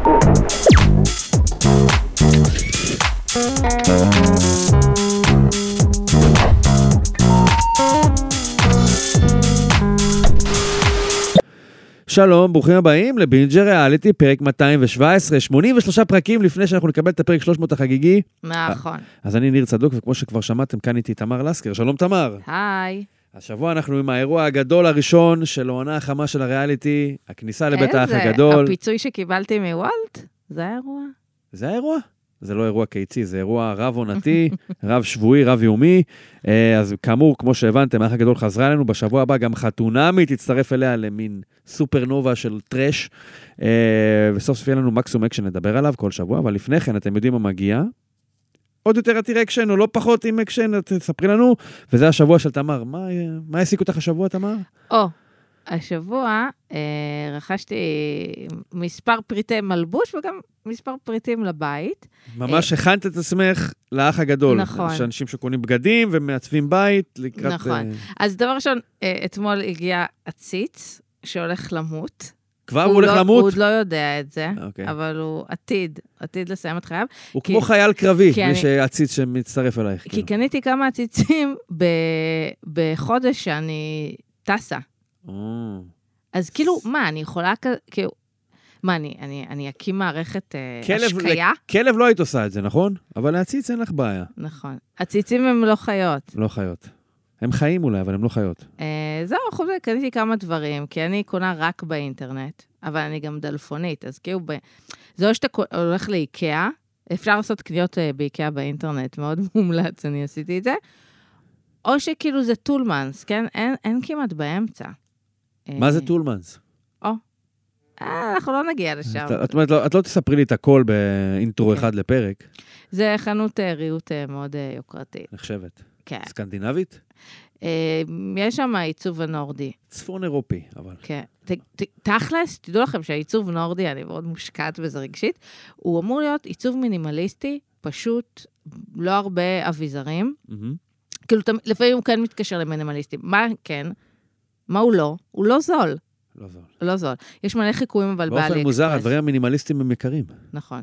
שלום, ברוכים הבאים לבינג' ריאליטי, פרק 217, 83 פרקים לפני שאנחנו נקבל את הפרק 300 החגיגי. נכון. אז אני ניר צדוק, וכמו שכבר שמעתם, כאן איתי תמר לסקר. שלום תמר. היי. השבוע אנחנו עם האירוע הגדול הראשון של העונה החמה של הריאליטי, הכניסה לבית האח הגדול. הפיצוי שקיבלתי מוולט? זה האירוע? זה האירוע? זה לא אירוע קיצי, זה אירוע רב עונתי, רב שבועי, רב יומי. אז כאמור, כמו שהבנתם, האח הגדול חזרה אלינו, בשבוע הבא גם חתונמי תצטרף אליה למין סופרנובה של טרש, וסוף סוף יהיה לנו מקסימום אקשן לדבר עליו כל שבוע, אבל לפני כן אתם יודעים מה מגיע, עוד יותר עתיר אקשן או לא פחות עם אקשן, תספרי לנו, וזה השבוע של תמר. מה העסיק אותך השבוע, תמר? השבוע רכשתי מספר פריטי מלבוש וגם מספר פריטים לבית. ממש הכנת את עצמך לאח הגדול. נכון. יש אנשים שקונים בגדים ומעצבים בית לקראת... נכון. אז דבר ראשון, אתמול הגיע עציץ שהולך למות. כבר הוא הולך למות? הוא עוד לא יודע את זה, אבל הוא עתיד לסיים את חייו. הוא כמו חייל קרבי, מי שעציץ שמצטרף אלייך. כי קניתי כמה עציצים בחודש שאני טסה. אז כאילו, מה, אני יכולה כאילו, מה, אני אקים מערכת השקיה? כלב לא היית עושה את זה, נכון? אבל להציץ אין לך בעיה. נכון. הציצים הם לא חיות. לא חיות. הם חיים אולי, אבל הם לא חיות. זהו, חובה, קניתי כמה דברים, כי אני קונה רק באינטרנט, אבל אני גם דלפונית, אז כאילו, זה או שאתה הולך לאיקאה, אפשר לעשות קניות באיקאה באינטרנט, מאוד מומלץ, אני עשיתי את זה, או שכאילו זה טולמנס, כן? אין כמעט באמצע. מה זה טולמנס? אנחנו לא נגיע לשם. את לא תספרי לי את הכל באינטרו אחד לפרק. זה חנות ריהוט מאוד יוקרתית. נחשבת. כן. סקנדינבית? יש שם העיצוב הנורדי. צפון אירופי, אבל. כן. תכלס, תדעו לכם שהעיצוב נורדי, אני מאוד מושקעת בזה רגשית, הוא אמור להיות עיצוב מינימליסטי, פשוט, לא הרבה אביזרים. כאילו, לפעמים הוא כן מתקשר למינימליסטי. מה כן? מה הוא לא? הוא לא זול. לא זול. יש מלא חיקויים, אבל באלי אקספרס. באופן מוזר, הדברים המינימליסטיים הם יקרים. נכון.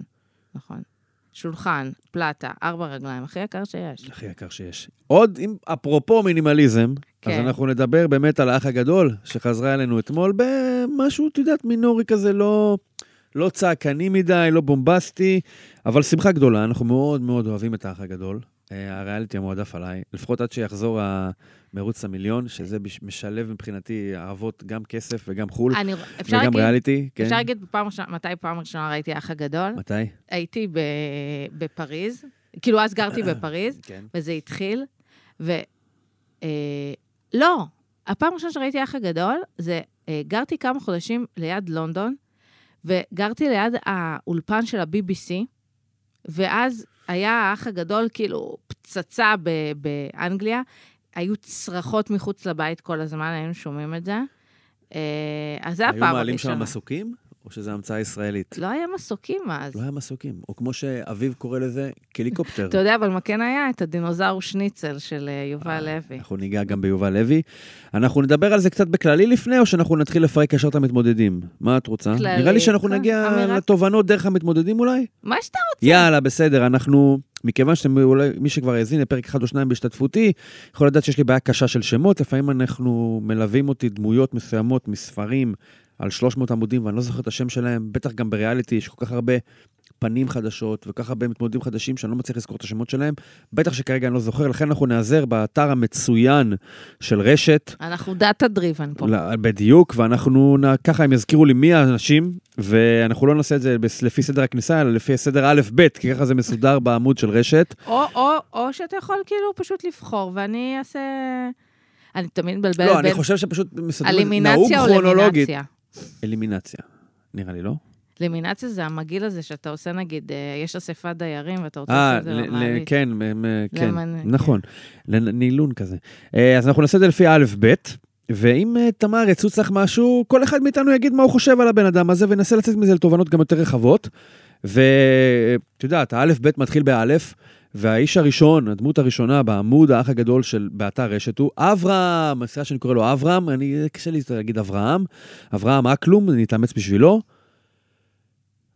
שולחן, פלטה, 4 רגליים, הכי יקר שיש. הכי יקר שיש. עוד, אפרופו מינימליזם, אז אנחנו נדבר באמת על האח הגדול, שחזרה אלינו אתמול במשהו, תדעת, מינורי כזה, לא צעקני מדי, לא בומבסטי, אבל שמחה גדולה, אנחנו מאוד מאוד אוהבים את האח הגדול. הריאליטי המועדף עליי, לפחות עד שיחזור מרוץ המיליון, שזה משלב מבחינתי אהבות גם כסף וגם חול, וגם ריאליטי. אפשר להגיד מתי פעם ראשונה ראיתי האח הגדול? מתי? הייתי בפריז, כאילו אז גרתי בפריז, וזה התחיל, לא, הפעם ראשונה שראיתי האח הגדול, זה גרתי כמה חודשים ליד לונדון, וגרתי ליד האולפן של ה-BBC, ואז היה האח הגדול, כאילו, פצצה באנגליה, היו צרחות מחוץ לבית כל הזמן, היינו שומעים את זה. אז זה הפעם הראשונה. היו מעלים שם מסוקים, או שזה המצאה ישראלית? לא היה מסוקים אז. לא היה מסוקים, או כמו שאביב קורא לזה, קליקופטר. אתה יודע, אבל מה כן היה? את הדינוזאור שניצל של יובל לוי. אנחנו ניגע גם ביובל לוי. אנחנו נדבר על זה קצת בכללי לפני, או שאנחנו נתחיל לפרק ישר את המתמודדים? מה את רוצה? כללי. נראה לי שאנחנו נגיע לתובנות דרך המתמודדים אולי? מה שאתה רוצה. יאללה, בסדר, אנחנו... מכיוון מי שכבר האזין לפרק 1 או 2 בהשתתפותי, יכול לדעת שיש לי בעיה קשה של שמות, לפעמים אנחנו מלווים אותי דמויות מסוימות מספרים על 300 עמודים, ואני לא זוכר את השם שלהם, בטח גם בריאליטי, יש כל כך הרבה פנים חדשות, וכך הרבה מתמודדים חדשים, שאני לא מצליח לזכור את השמות שלהם, בטח שכרגע אני לא זוכר, לכן אנחנו נעזר באתר המצוין של רשת. אנחנו דאטה דריבן פה. בדיוק, ואנחנו ככה הם יזכירו לי מי האנשים, ואנחנו לא נעשה את זה לפי סדר הכניסה, אלא לפי סדר א' ב', כי ככה זה מסודר בעמוד של רשת. או שאתה יכול כאילו פשוט לבחור, ואני אעשה... אני תמיד מבלבל לא, אני חושב שפשוט מסדר נהוג כרונולוגית. אלימינציה, נראה לי, לא? אלימינציה זה המגיל הזה שאתה עושה, נגיד, יש אספת דיירים, ואתה רוצה לעשות את זה למעלית. כן, נכון, נילון כזה. אז אנחנו נעשה את זה לפי א' ב', ואם תמר יצוץ לך משהו, כל אחד מאיתנו יגיד מה הוא חושב על הבן אדם הזה, וננסה לצאת מזה לתובנות גם יותר רחבות, ואתה יודעת, הא' ב' מתחיל באלף, והאיש הראשון, הדמות הראשונה בעמוד האח הגדול של באתר רשת הוא אברהם, הסיעה שאני קורא לו אברהם, קשה לי להגיד אברהם אקלום, אני אתאמץ בשבילו.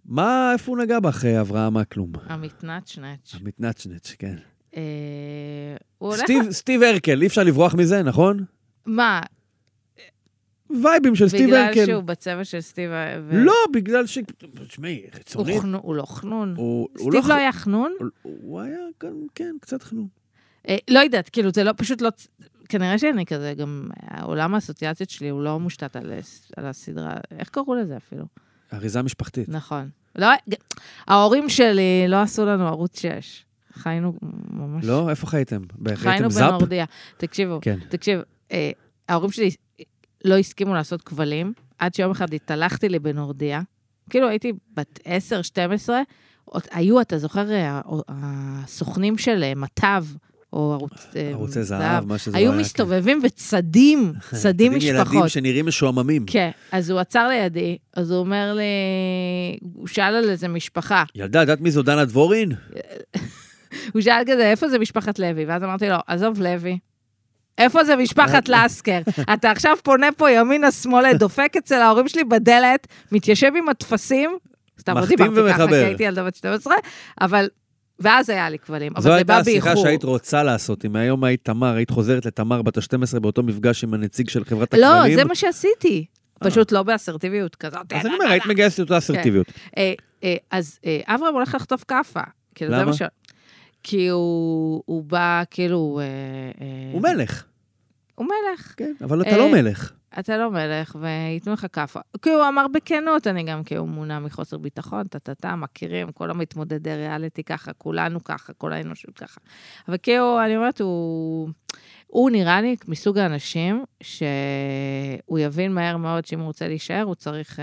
איפה הוא נגע בך, אברהם אקלום? המתנצ'נץ'. המתנצ'נץ', כן. הוא הולך... סטיב הרקל, אי אפשר לברוח מזה, נכון? מה? וייבים של סטיב הרקל. בגלל שהוא בצבע של סטיב... לא, בגלל ש... תשמעי, חיצונית. הוא לא חנון. הוא סטיב לא היה חנון? הוא היה, כן, קצת חנון. לא יודעת, כאילו, זה לא, פשוט לא... כנראה שאני כזה, גם העולם האסוציאציות שלי הוא לא מושתת על הסדרה. איך קראו לזה אפילו? אריזה משפחתית. נכון. לא, ההורים שלי לא עשו לנו ערוץ 6. חיינו ממש... לא? איפה חייתם? חיינו בנורדיה. תקשיבו, תקשיב, ההורים שלי לא הסכימו לעשות כבלים, עד שיום אחד התהלכתי לי בנורדיה. כאילו הייתי בת 10-12, היו, אתה זוכר, הסוכנים של מטב, או ערוצי זהב, מה שזה לא היו היה. מסתובבים וצדים, צדים משפחות. ילדים שנראים משועממים. כן, אז הוא עצר לידי, אז הוא אומר לי, הוא שאל על איזה משפחה. ילדה, יודעת מי זו דנה דבורין? הוא שאל כזה, איפה זה משפחת לוי? ואז אמרתי לו, עזוב לוי. איפה זה משפחת לסקר? אתה עכשיו פונה פה ימינה שמאלה, דופק אצל ההורים שלי בדלת, מתיישב עם התפסים, סתם לא דיברתי ככה, כי הייתי ילדה בת 12, אבל... ואז היה לי כבלים, אבל זה בא באיחור. זו הייתה השיחה שהיית רוצה לעשות, אם היום היית תמר, היית חוזרת לתמר בת ה-12 באותו מפגש עם הנציג של חברת הכבלים. לא, זה מה שעשיתי. פשוט לא באסרטיביות כזאת. אז אני אומר, היית מגייסת אותה אסרטיביות. אז אברהם הולך לחטוף כאפה. למה? כי הוא בא, כאילו... הוא מלך. הוא מלך. כן, אבל אתה לא מלך. אתה לא מלך, ויתנו לך כאפה. כי הוא אמר בכנות, אני גם כאילו מונע מחוסר ביטחון, מכירים, כל המתמודדי ריאליטי ככה, כולנו ככה, כל האנושות ככה. אבל כאילו, אני אומרת, הוא נראה לי מסוג האנשים, שהוא יבין מהר מאוד שאם הוא רוצה להישאר, הוא צריך...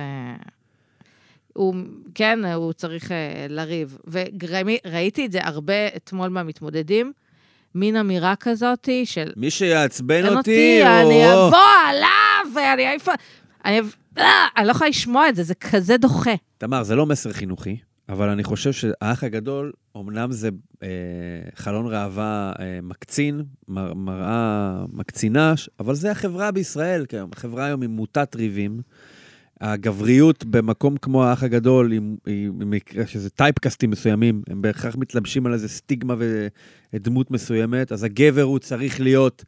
הוא צריך לריב. וראיתי את זה הרבה אתמול מהמתמודדים, מין אמירה כזאת של... מי שיעצבן אותי, אני אבוא עליו, ואני איפה... אני לא יכולה לשמוע את זה, זה כזה דוחה. תמר, זה לא מסר חינוכי, אבל אני חושב שהאח הגדול, אמנם זה חלון ראווה מקצין, מראה מקצינה, אבל זה החברה בישראל, כיום. החברה היום היא מוטת ריבים. הגבריות במקום כמו האח הגדול, שזה טייפקסטים מסוימים, הם בהכרח מתלבשים על איזה סטיגמה ודמות מסוימת, אז הגבר הוא צריך להיות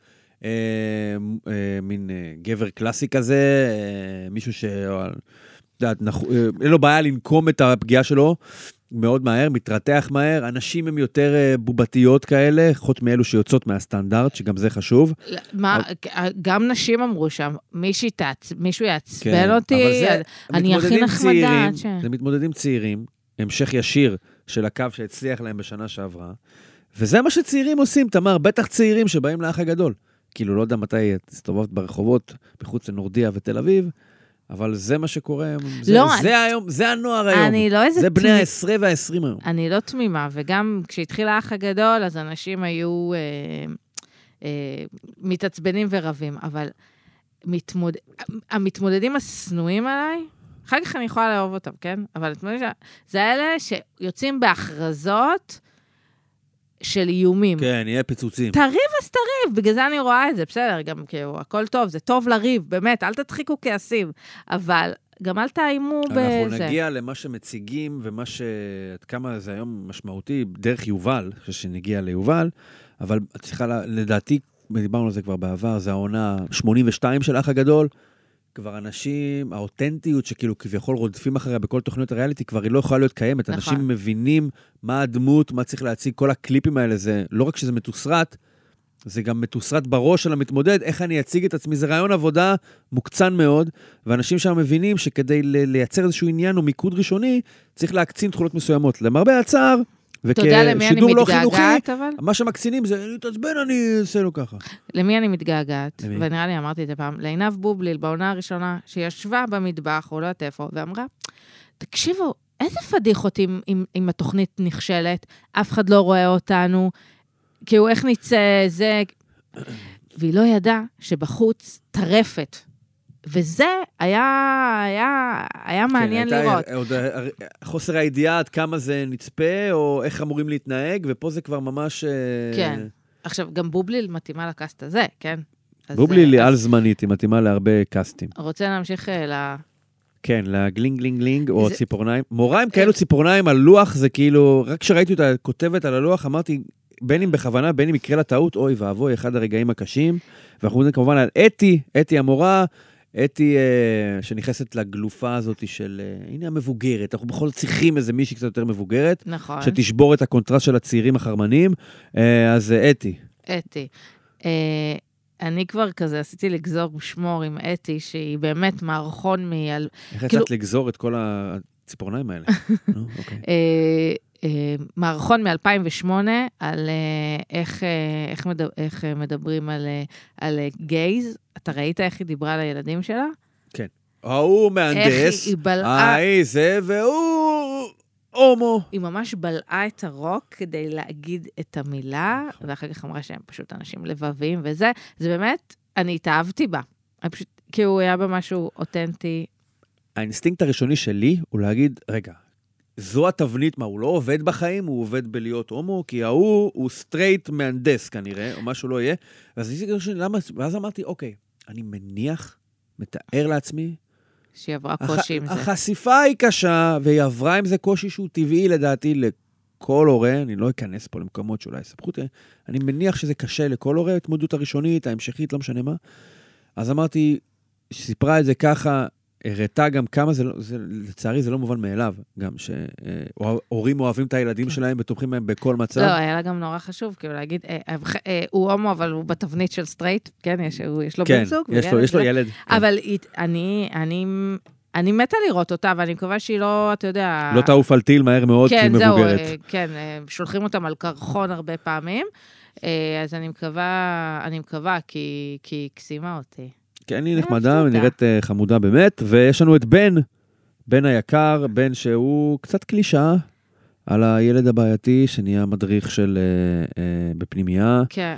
מין גבר קלאסי כזה, מישהו אין לו בעיה לנקום את הפגיעה שלו מאוד מהר, מתרתח מהר, אנשים הם יותר בובתיות כאלה, חוץ מאלו שיוצאות מהסטנדרט, שגם זה חשוב. גם נשים אמרו שם, מישהו יעצבן אותי, אני הכי נחמדה. זה מתמודדים צעירים, המשך ישיר של הקו שהצליח להם בשנה שעברה, וזה מה שצעירים עושים, תמר, בטח צעירים שבאים לאח הגדול. כאילו, לא יודע מתי הסתובבת ברחובות, מחוץ לנורדיה ותל אביב, אבל זה מה שקורה, זה הנוער היום, זה בני ה-10 וה-20 היום. אני לא תמימה, וגם כשהתחיל האח הגדול, אז אנשים היו מתעצבנים ורבים, אבל המתמודדים הסנועים עליי, אחר כך אני יכולה לאהוב אותם, כן? אבל זה אלה שיוצאים בהכרזות של איומים. כן, יהיה פיצוצים. תריב אז תריב, בגלל זה אני רואה את זה, בסדר, גם כאילו, הכל טוב, זה טוב לריב, באמת, אל תדחיקו כעסים, אבל גם אל תאימו בזה. אנחנו נגיע למה שמציגים, ומה עד כמה זה היום משמעותי, דרך יובל, שנגיע ליובל, אבל צריכה, לדעתי, דיברנו על זה כבר בעבר, זה העונה 82 של האח הגדול, כבר אנשים, האותנטיות שכאילו כביכול רודפים אחריה בכל תוכניות הריאליטי, כבר היא לא יכולה להיות קיימת. נכון. אנשים מבינים מה הדמות, מה צריך להציג, כל הקליפים האלה, זה לא רק שזה מתוסרט, זה גם מתוסרט בראש של המתמודד, איך אני אציג את עצמי, זה רעיון עבודה מוקצן מאוד, ואנשים שם מבינים שכדי לייצר איזשהו עניין או מיקוד ראשוני, צריך להקצין תכונות מסוימות. למרבה הצער, וכשידור לא חינוכי, מה שמקצינים זה, אני תעצבן, אני אעשה לו ככה. למי אני מתגעגעת? ונראה לי, אמרתי את זה פעם, לעינב בובליל, בעונה הראשונה, שישבה במטבח, או לא יודעת איפה, ואמרה, תקשיבו, איזה פדיחות אם התוכנית נכשלת, אף אחד לא רואה אותנו, כאילו איך נצא, זה... והיא לא ידעה שבחוץ טרפת. וזה היה מעניין לראות. חוסר הידיעה עד כמה זה נצפה, או איך אמורים להתנהג, ופה זה כבר ממש... כן. עכשיו, גם בובליל מתאימה לקאסט הזה, כן? בובליל היא על זמנית, היא מתאימה להרבה קאסטים. רוצה להמשיך כן, לגלינג גלינג גלינג, או ציפורניים. מוריים כאלו ציפורניים על לוח, זה כאילו, רק כשראיתי אותה כותבת על הלוח, אמרתי, בין אם בכוונה, בין אם יקרה לטעות, אוי ואבוי, אחד הרגעים הקשים. ואנחנו מדברים כמובן על אתי המורה, אתי שנכנסת לגלופה הזאת של, הנה המבוגרת, אנחנו בכל זאת צריכים איזה מישהי קצת יותר מבוגרת, נכון. שתשבור את הקונטרסט של הצעירים החרמנים, אז אתי. אתי. אני כבר כזה עשיתי לגזור שמור עם אתי, שהיא באמת מערכון איך יצאת לגזור את כל הציפורניים האלה? מערכון מ-2008 על איך מדברים על גייז. אתה ראית איך היא דיברה לילדים שלה? כן. הוא מהנדס. איך היא בלעה. זה והוא הומו. היא ממש בלעה את הרוק כדי להגיד את המילה, ואחר כך אמרה שהם פשוט אנשים לבבים וזה. זה באמת, אני התאהבתי בה. כי הוא היה בה משהו אותנטי. האינסטינקט הראשוני שלי הוא להגיד, רגע, זו התבנית, מה, הוא לא עובד בחיים, הוא עובד בלהיות הומו, כי הוא סטרייט מהנדס כנראה, או משהו לא יהיה. ואז אמרתי, אוקיי, אני מניח, מתאר לעצמי, שהיא עברה קושי עם זה. החשיפה היא קשה, והיא עברה עם זה קושי שהוא טבעי לדעתי לכל הורה, אני לא אכנס פה למקומות שאולי יספחו אותי, אני מניח שזה קשה לכל הורה, התמודדות הראשונית, ההמשכית, לא משנה מה. אז אמרתי, שסיפרה את זה ככה, הראתה גם כמה לצערי זה לא מובן מאליו, גם שהורים אוהבים את הילדים שלהם ותומכים בהם בכל מצב. לא, היה לה גם נורא חשוב, כאילו להגיד, הוא הומו, אבל הוא בתבנית של סטרייט, כן, יש לו בן זוג. כן, יש לו ילד. אבל אני מתה לראות אותה, ואני מקווה שהיא לא, אתה יודע... לא תעוף על טיל מהר מאוד, כי היא מבוגרת. כן, שולחים אותם על קרחון הרבה פעמים, אז אני מקווה, כי היא קסימה אותי. כן, היא נחמדה, ונראית חמודה באמת, ויש לנו את בן היקר, בן שהוא קצת קלישה, על הילד הבעייתי, שנהיה מדריך של בפנימייה. כן,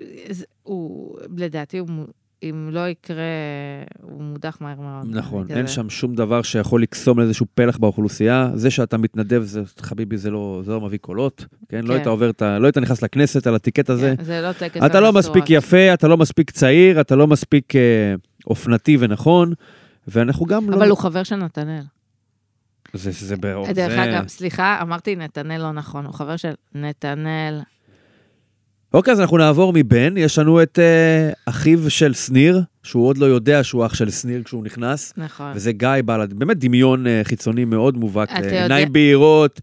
לדעתי, אם לא יקרה, הוא מודח מהר מאוד. נכון, אין שם שום דבר שיכול לקסום לאיזשהו פלח באוכלוסייה, זה שאתה מתנדב, חביבי, זה לא מביא קולות, כן? לא היית נכנס לכנסת על הטיקט הזה. זה לא טקס. אתה לא מספיק יפה, אתה לא מספיק צעיר, אתה לא מספיק אופנתי ונכון, ואנחנו גם לא... אבל הוא חבר של נתנאל. זה ברוב. דרך אגב, סליחה, אמרתי נתנאל לא נכון, הוא חבר של נתנאל. אוקיי, אז אנחנו נעבור מבן, יש לנו את אחיו של סניר, שהוא עוד לא יודע שהוא אח של סניר כשהוא נכנס. נכון. וזה גיא בעלת, באמת דמיון חיצוני מאוד מובהק, עיניים בהירות,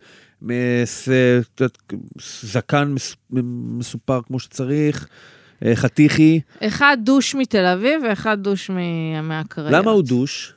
זקן מסופר כמו שצריך, חתיכי. אחד דוש מתל אביב ואחד דוש מהקריות. למה הוא דוש?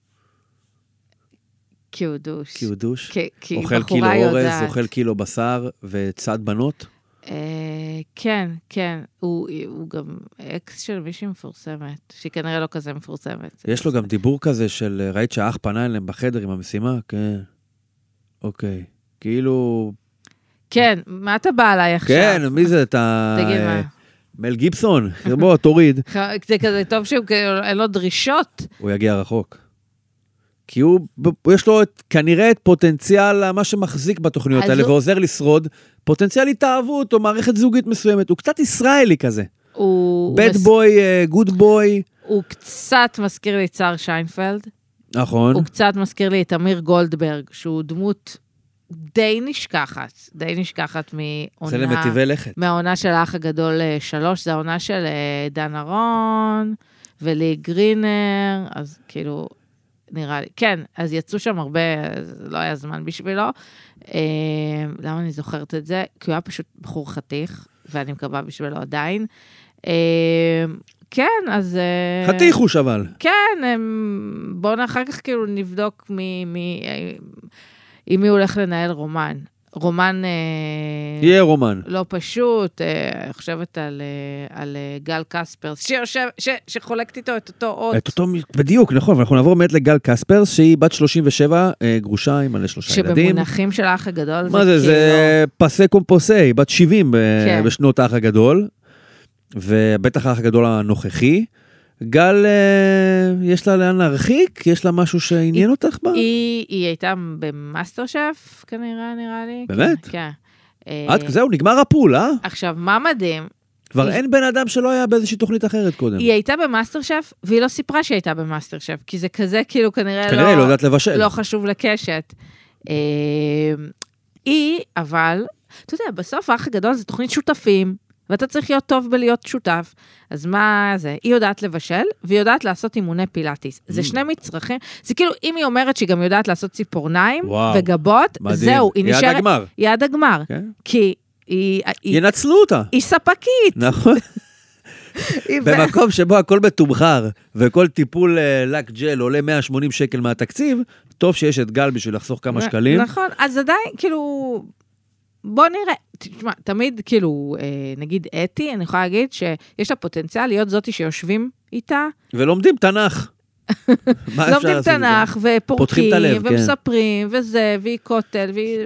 כי הוא דוש. כי הוא דוש? כי אוכל קילו אורז, אוכל קילו בשר וצד בנות? כן, כן. הוא גם אקס של מישהי מפורסמת, שהיא כנראה לא כזה מפורסמת. יש לו גם דיבור כזה של, ראית שהאח פנה אליהם בחדר עם המשימה? כן. אוקיי. כאילו... כן, מה אתה בא עליי עכשיו? כן, מי זה? אתה... תגיד מה. מל גיבסון. בוא, תוריד. זה כזה טוב שאין לו דרישות. הוא יגיע רחוק. כי יש לו כנראה את פוטנציאל, מה שמחזיק בתוכניות האלה, ועוזר לשרוד, פוטנציאל התאהבות או מערכת זוגית מסוימת. הוא קצת ישראלי כזה. בד בוי, גוד בוי. הוא קצת מזכיר לי צער שיינפלד. נכון. הוא קצת מזכיר לי את אמיר גולדברג, שהוא דמות די נשכחת מעונה... זה למטיבי לכת. מהעונה של האח הגדול 3, זה העונה של דן ארון, ולי גרינר, אז כאילו... נראה לי, כן, אז יצאו שם הרבה, לא היה זמן בשבילו. למה אני זוכרת את זה? כי הוא היה פשוט בחור חתיך, ואני מקווה בשבילו עדיין. כן, אז... חתיך הוא שבל. כן, בואו אחר כך כאילו נבדוק עם מי הולך לנהל רומן. רומן... יהיה רומן. לא פשוט, חושבת על גל קספרס, שחולקת איתו את אותו אות. את אותו, בדיוק, נכון, ואנחנו נעבור באמת לגל קספרס, שהיא בת 37, גרושה עם מלא 3 ילדים. שבמונחים של האח הגדול, מה זה? זה פסה קומפוסה, היא בת 70 בשנות האח הגדול, ובטח האח הגדול הנוכחי. גל, יש לה לאן להרחיק? יש לה משהו שעניין אותך בה? היא הייתה במאסטר שף, כנראה, נראה לי. באמת? כן. זהו, נגמר הפול, אה? עכשיו, מה מדהים? כבר אין בן אדם שלא היה באיזושהי תוכנית אחרת קודם. היא הייתה במאסטר שף, והיא לא סיפרה שהיא הייתה במאסטר שף, כי זה כזה כאילו כנראה לא יודעת לבשל. לא חשוב לקשת. היא, אבל, אתה יודע, בסוף האח הגדול זה תוכנית שותפים, ואתה צריך להיות טוב בלהיות שותף, אז מה זה? היא יודעת לבשל, והיא יודעת לעשות אימוני פילאטיס. זה שני מצרכים, זה כאילו, אם היא אומרת שהיא גם יודעת לעשות ציפורניים, וגבות, זהו, היא נשארת... יעד הגמר. יעד הגמר. כי היא... ינצלו אותה. היא ספקית. נכון. במקום שבו הכל מתומחר, וכל טיפול לק ג'ל עולה 180 שקל מהתקציב, טוב שיש את גל בשביל לחסוך כמה שקלים. נכון, אז עדיין, כאילו... בוא נראה, תשמע, תמיד כאילו, נגיד אתי, אני יכולה להגיד שיש לה פוטנציאל להיות זאתי שיושבים איתה. ולומדים תנ"ך. לומדים תנ"ך, ופורקים, ומספרים, וזה, והיא כותל, והיא...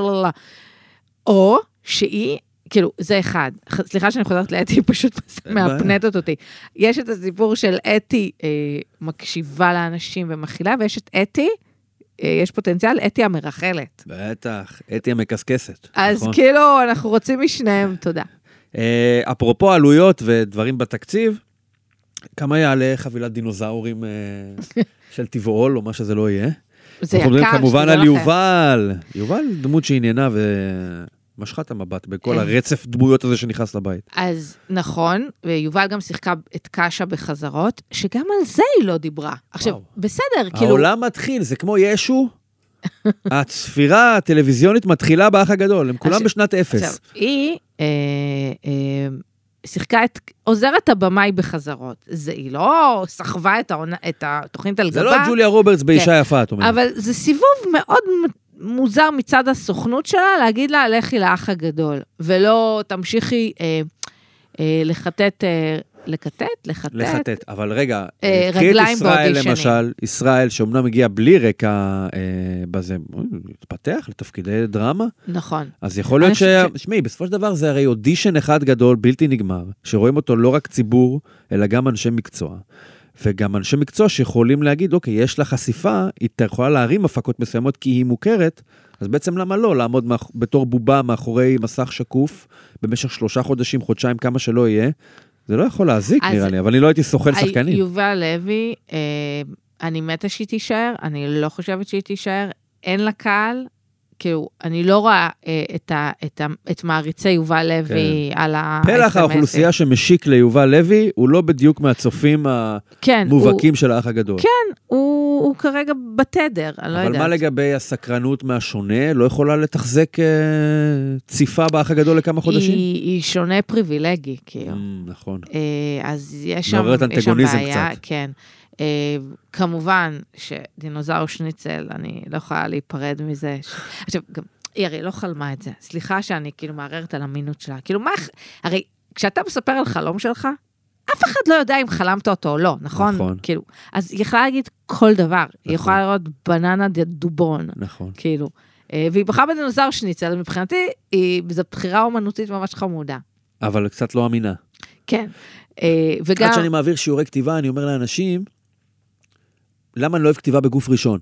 או שהיא, כאילו, זה אחד. סליחה שאני חוזרת לאתי, פשוט מהפנטות אותי. יש את הסיפור של אתי מקשיבה לאנשים ומכילה, ויש את אתי, יש פוטנציאל, אתי המרחלת. בטח, אתי המקסקסת. אז כאילו, אנחנו רוצים משניהם, תודה. אפרופו עלויות ודברים בתקציב, כמה יעלה חבילת דינוזאורים של טבעול, או מה שזה לא יהיה? זה יקר. אנחנו מדברים כמובן על יובל. יובל דמות שעניינה ומשכה את המבט בכל הרצף דמויות הזה שנכנס לבית. אז נכון, ויובל גם שיחקה את קשה בחזרות, שגם על זה היא לא דיברה. עכשיו, בסדר, כאילו... העולם מתחיל, זה כמו ישו, הצפירה הטלוויזיונית מתחילה באח הגדול, הם כולם בשנת 0. עכשיו, היא שיחקה עוזרת הבמאי בחזרות. היא לא סחבה את התוכנית על גבה. זה לא ג'וליה רוברטס באישה יפה, את אומרת. אבל זה סיבוב מאוד מוזר מצד הסוכנות שלה, להגיד לה, לכי לאח הגדול, ולא תמשיכי לחטט, אבל רגע, רגליים ישראל למשל, ישראל שאומנם מגיע בלי רקע בזה, התפתח לתפקידי דרמה. נכון. אז יכול להיות שמי, בסופו של דבר זה הרי אודישן אחד גדול, בלתי נגמר, שרואים אותו לא רק ציבור, אלא גם אנשי מקצוע. וגם אנשי מקצוע שיכולים להגיד, אוקיי, יש לה חשיפה, היא יכולה להרים הפקות מסוימות כי היא מוכרת, אז בעצם למה לא? לעמוד בתור בובה מאחורי מסך שקוף, במשך 3 חודשים, חודשיים, כמה שלא יהיה, זה לא יכול להזיק נראה לי, אבל אני לא הייתי סוכן שחקנים. יובל לוי, אני מתה שהיא תישאר, אני לא חושבת שהיא תישאר, אין לה קהל, כאילו, אני לא רואה את מעריצי יובל לוי על ה-SMS. פלח האוכלוסייה שמשיק ליובל לוי, הוא לא בדיוק מהצופים המובהקים של האח הגדול. כן, הוא כרגע בתדר, אני לא יודעת. אבל מה לגבי הסקרנות מהשונה? לא יכולה לתחזק ציפה באח הגדול לכמה חודשים? היא שונה פריבילגי, כאילו. נכון. אז יש שם בעיה, כן. כמובן שדינוזאור שניצל, אני לא יכולה להיפרד מזה. עכשיו, גם, היא הרי לא חלמה את זה. סליחה שאני כאילו מערערת על אמינות שלה. כאילו, הרי כשאתה מספר על חלום שלך, אף אחד לא יודע אם חלמת אותו או לא, נכון? נכון. כאילו, אז היא יכולה להגיד כל דבר. היא יכולה לראות בננה דובון. נכון. כאילו. והיא בחרה בדינוזאור שניצל, מבחינתי, זו בחירה אומנותית ממש חמודה. אבל קצת לא אמינה. כן. וגם... עד שאני מעביר שיעורי כתיבה, אני אומר לאנשים, למה אני לא אוהב כתיבה בגוף ראשון?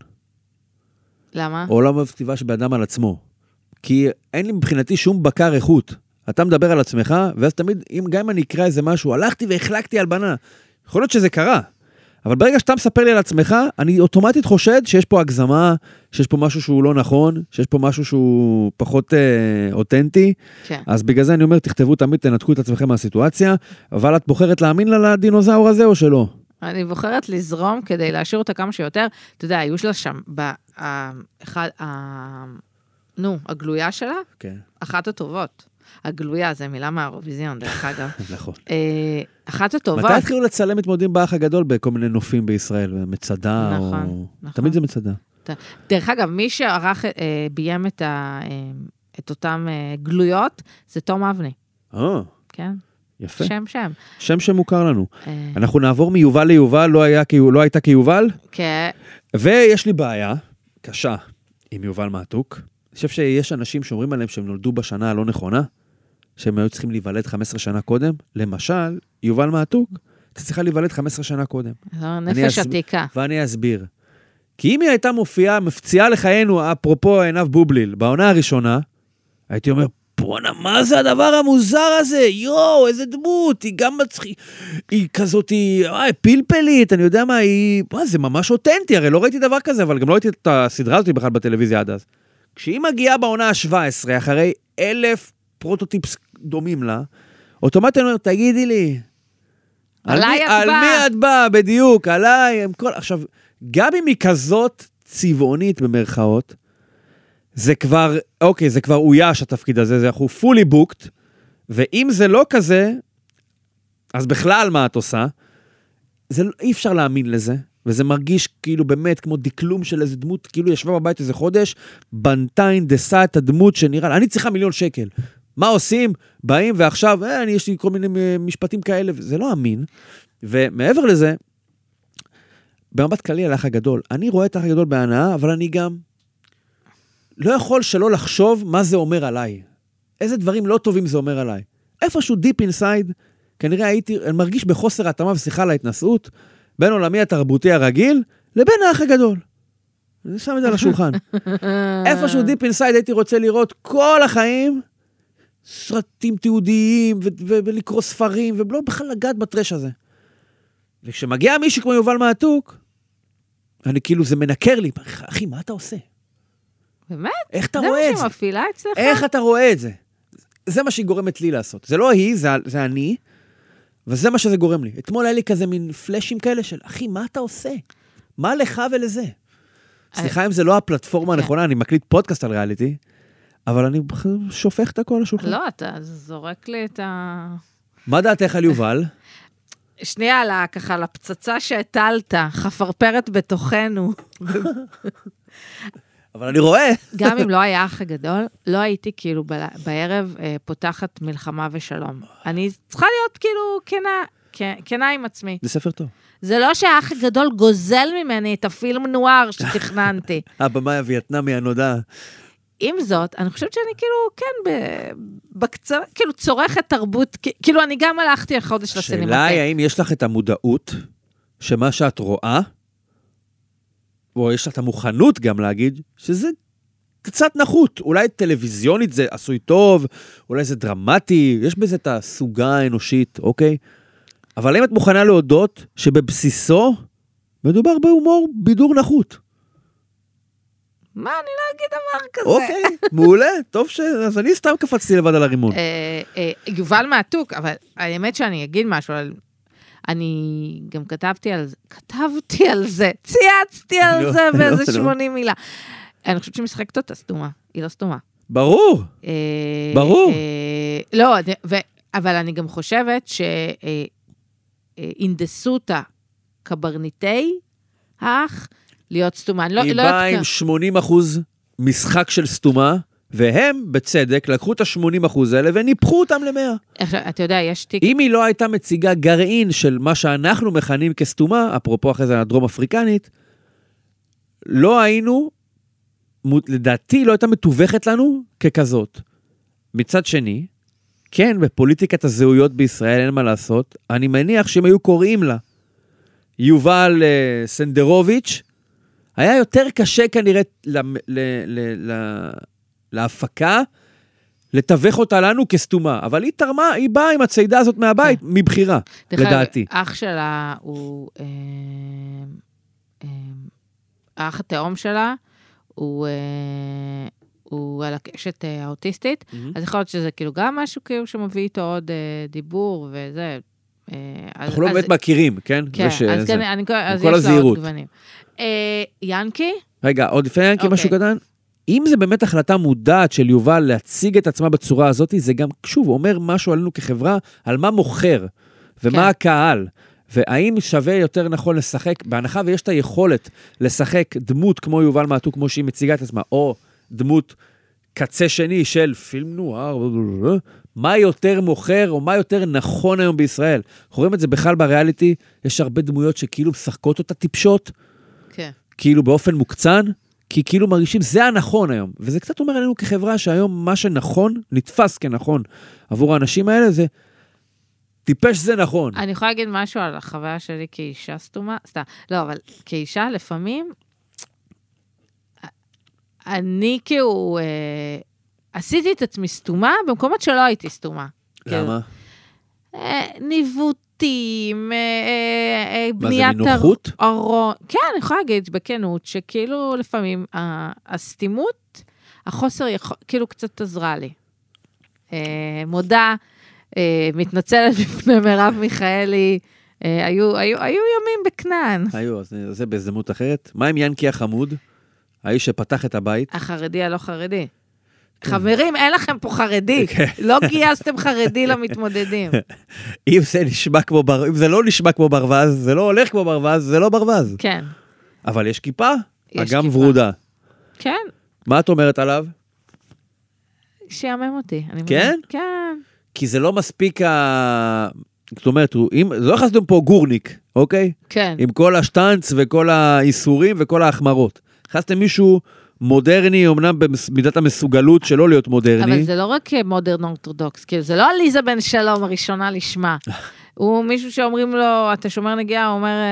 למה? או למה אוהב כתיבה שבאדם על עצמו? כי אין לי מבחינתי שום בקר איכות. אתה מדבר על עצמך, ואז תמיד, גם אם אני אקרא איזה משהו, הלכתי והחלקתי על בנה. יכול להיות שזה קרה. אבל ברגע שאתה מספר לי על עצמך, אני אוטומטית חושד שיש פה הגזמה, שיש פה משהו שהוא לא נכון, שיש פה משהו שהוא פחות אותנטי. כן. אז בגלל זה אני אומר, תכתבו תמיד, תנתקו את עצמכם מהסיטואציה, אבל את בוחרת להאמין לה לדינוזאור הזה או שלא? אני בוחרת לזרום כדי להשאיר אותה כמה שיותר. אתה יודע, היו שלה שם, הגלויה שלה, כן. אחת הטובות. הגלויה, זה מילה מהאירוויזיון, דרך אגב. נכון. אחת הטובות. מתי התחילו לצלם מתמודדים באח הגדול בכל מיני נופים בישראל, מצדה או... נכון. תמיד זה מצדה. דרך אגב, מי שערך, ביים את אותם גלויות, זה תום אבני. כן. יפה. שם. שם שמוכר לנו. אנחנו נעבור מיובל ליובל, לא הייתה כיובל? כן. ויש לי בעיה קשה עם יובל מעתוק. אני חושב שיש אנשים שאומרים עליהם שהם נולדו בשנה הלא נכונה, שהם היו צריכים להיוולד 15 שנה קודם. למשל, יובל מעתוק, אתה צריכה להיוולד 15 שנה קודם. נפש עתיקה. ואני אסביר. כי אם היא הייתה מפציעה לחיינו, אפרופו עיניו בובליל, בעונה הראשונה, הייתי אומר, בואנה, מה זה הדבר המוזר הזה? יואו, איזה דמות, היא גם היא כזאת, היא פלפלית, אני יודע מה, זה ממש אותנטי, הרי לא ראיתי דבר כזה, אבל גם לא ראיתי את הסדרה הזאת בכלל בטלוויזיה עד אז. כשהיא מגיעה בעונה ה-17, אחרי 1,000 פרוטוטיפס דומים לה, אוטומטית אני אומר, תגידי לי, על מי את באה, בדיוק, עליי, עכשיו, גם אם היא כזאת צבעונית במרכאות, זה כבר, אוקיי, זה כבר אויש התפקיד הזה, זה אנחנו fully booked, ואם זה לא כזה, אז בכלל מה את עושה? אי אפשר להאמין לזה, וזה מרגיש כאילו באמת כמו דקלום של איזה דמות, כאילו ישבה בבית איזה חודש, בנתה, הנדסה את הדמות שנראה, אני צריכה 1,000,000 שקל. מה עושים? באים ועכשיו, יש לי כל מיני משפטים כאלה, זה לא אמין. ומעבר לזה, במבט כללי על האח הגדול, אני רואה את האח הגדול בהנאה, אבל אני גם לא יכול שלא לחשוב מה זה אומר עליי. איזה דברים לא טובים זה אומר עליי. איפשהו deep inside, כנראה אני מרגיש בחוסר התאמה וסליחה על ההתנסות, בין עולמי התרבותי הרגיל, לבין האח הגדול. אני שם את זה על השולחן. איפשהו deep inside הייתי רוצה לראות כל החיים, סרטים תיעודיים, ולקרוא ספרים, ולא בכלל לגעת בטרש הזה. וכשמגיע מישהו כמו יובל מעתוק, אני כאילו, זה מנקר לי, אחי, מה אתה עושה? באמת? איך אתה רואה את זה? זה מה שמפעילה אצלך? איך אתה רואה את זה? זה מה שהיא גורמת לי לעשות. זה לא היא, זה אני, וזה מה שזה גורם לי. אתמול היה לי כזה מין פלאשים כאלה של, אחי, מה אתה עושה? מה לך ולזה? סליחה אם זה לא הפלטפורמה הנכונה, אני מקליט פודקאסט על ריאליטי, אבל אני שופך את הכל לשולחן. לא, אתה זורק לי את מה דעתך על יובל? שנייה, ככה, לפצצה שהטלת, חפרפרת בתוכנו. אבל אני רואה. גם אם לא היה אח הגדול, לא הייתי כאילו בערב פותחת מלחמה ושלום. אני צריכה להיות כאילו כנה עם עצמי. זה ספר טוב. זה לא שהאח הגדול גוזל ממני את הפילם נואר שתכננתי. הבמאי הווייטנאמי הנודע. עם זאת, אני חושבת שאני כאילו, כן, בקצה, כאילו צורכת תרבות, כאילו אני גם הלכתי החודש לסינמטק. השאלה היא, האם יש לך את המודעות, שמה שאת רואה, או יש לך את המוכנות גם להגיד, שזה קצת נחות, אולי טלוויזיונית זה עשוי טוב, אולי זה דרמטי, יש בזה את הסוגה האנושית, אוקיי? אבל אם את מוכנה להודות, שבבסיסו, מדובר בהומור בידור נחות. מה, אני לא אגיד דבר כזה. אוקיי, מעולה, טוב אז אני סתם קפצתי לבד על הרימון. יובל מעתוק, אבל האמת שאני אגיד משהו, אני גם כתבתי על זה, צייצתי על זה באיזה 80 מילה. אני חושבת שהיא משחקת אותה סתומה, היא לא סתומה. ברור, ברור. לא, אבל אני גם חושבת שהנדסו אותה קברניטי האח, להיות סתומה. היא באה עם 80% משחק של סתומה, והם, בצדק, לקחו את ה-80% האלה, וניפחו אותם ל100. אתה יודע, יש תיק... אם היא לא הייתה מציגה גרעין של מה שאנחנו מכנים כסתומה, אפרופו אחרי זה הדרום אפריקנית, לא היינו, לדעתי לא הייתה מתווכת לנו ככזאת. מצד שני, כן, בפוליטיקת הזהויות בישראל אין מה לעשות, אני מניח שהם היו קוראים לה, יובל סנדרוביץ', היה יותר קשה כנראה להפקה, לתווך אותה לנו כסתומה, אבל היא תרמה, היא באה עם הצעידה הזאת מהבית, מבחירה, לדעתי. אח שלה הוא, האח התאום שלה, הוא על הקשת האוטיסטית, אז יכול להיות שזה כאילו גם משהו כאילו שמביא איתו עוד דיבור וזה. אנחנו לא באמת מכירים, כן? כן, אז יש לה עוד גוונים. ינקי? רגע, עוד לפני ינקי משהו קטן? אם זה באמת החלטה מודעת של יובל להציג את עצמה בצורה הזאת, זה גם, שוב, אומר משהו עלינו כחברה, על מה מוכר, ומה הקהל, והאם שווה יותר נכון לשחק, בהנחה ויש את היכולת לשחק דמות כמו יובל מעתוק, כמו שהיא מציגה את עצמה, או דמות קצה שני של פילם נואר, מה יותר מוכר, או מה יותר נכון היום בישראל. אנחנו רואים את זה בכלל בריאליטי, יש הרבה דמויות שכאילו משחקות אותה טיפשות, כאילו באופן מוקצן, כי כאילו מרגישים, זה הנכון היום. וזה קצת אומר עלינו כחברה שהיום מה שנכון, נתפס כנכון עבור האנשים האלה, זה טיפש זה נכון. אני יכולה להגיד משהו על החוויה שלי כאישה סתומה, סתם, לא, אבל כאישה לפעמים, אני כאילו עשיתי את עצמי סתומה, במקומות שלא הייתי סתומה. למה? ניווטים, בניית מנוחות? ארון. כן, אני יכולה להגיד בכנות, שכאילו לפעמים הסתימות, החוסר כאילו קצת עזרה לי. מודה, מתנצלת בפני מרב מיכאלי, היו ימים בכנען. היו, אז זה בהזדמנות אחרת. מה עם ינקי החמוד? האיש שפתח את הבית? החרדי הלא חרדי. חברים, אין לכם פה חרדי. לא גייסתם חרדי למתמודדים. אם זה לא נשמע כמו ברווז, זה לא הולך כמו ברווז, זה לא ברווז. כן. אבל יש כיפה, אגם ורודה. כן. מה את אומרת עליו? שיאמם אותי. כן? כן. כי זה לא מספיק זאת אומרת, לא הכנסתם פה גורניק, אוקיי? כן. עם כל השטנץ וכל האיסורים וכל ההחמרות. הכנסתם מישהו מודרני, אמנם במידת המסוגלות שלא להיות מודרני. אבל זה לא רק מודרן אורתודוקס, כאילו זה לא עליזה בן שלום הראשונה לשמה. הוא מישהו שאומרים לו, אתה שומר נגיעה, הוא אומר,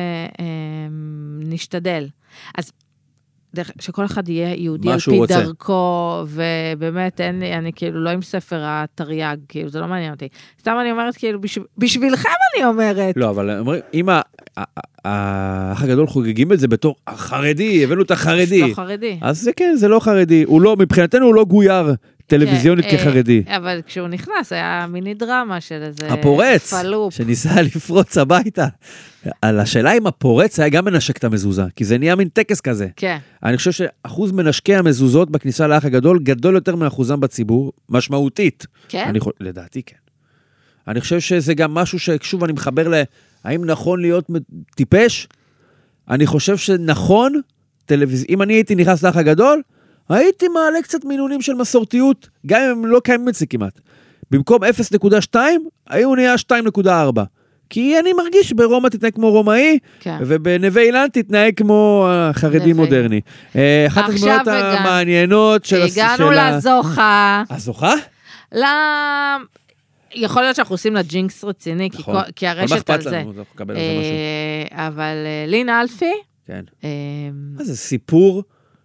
נשתדל. אז שכל אחד יהיה יהודי על פי דרכו, ובאמת אני כאילו לא עם ספר התרי"ג, כאילו זה לא מעניין אותי. סתם אני אומרת כאילו, בשבילכם אני אומרת. לא, אבל אם האח הגדול חוגגים את זה בתור החרדי, הבאנו את החרדי. לא חרדי. אז זה כן, זה לא חרדי. מבחינתנו הוא לא גויר טלוויזיונית כחרדי. אבל כשהוא נכנס, היה מיני דרמה של איזה הפורץ, פלופ. שניסה לפרוץ הביתה. על השאלה אם הפורץ היה גם מנשק את המזוזה, כי זה נהיה מין טקס כזה. כן. אני חושב שאחוז מנשקי המזוזות בכניסה לאח הגדול, גדול יותר מאחוזם בציבור, משמעותית. כן? לדעתי כן. אני חושב שזה גם משהו ששוב אני מחבר האם נכון להיות טיפש? אני חושב שנכון, אם אני הייתי נכנס לאח הגדול, הייתי מעלה קצת מינונים של מסורתיות, גם אם הם לא קיימים את זה כמעט. במקום 0.2, היו נהיה 2.4. כי אני מרגיש שברומא תתנהג כמו רומאי, כן. ובנווה אילן תתנהג כמו חרדי מודרני. אחת הדמויות המעניינות של... הגענו לזוכה. הזוכה? יכול להיות שאנחנו עושים לה ג'ינקס רציני, כי הרשת על זה. אבל לינה אלפי? כן. מה זה סיפור?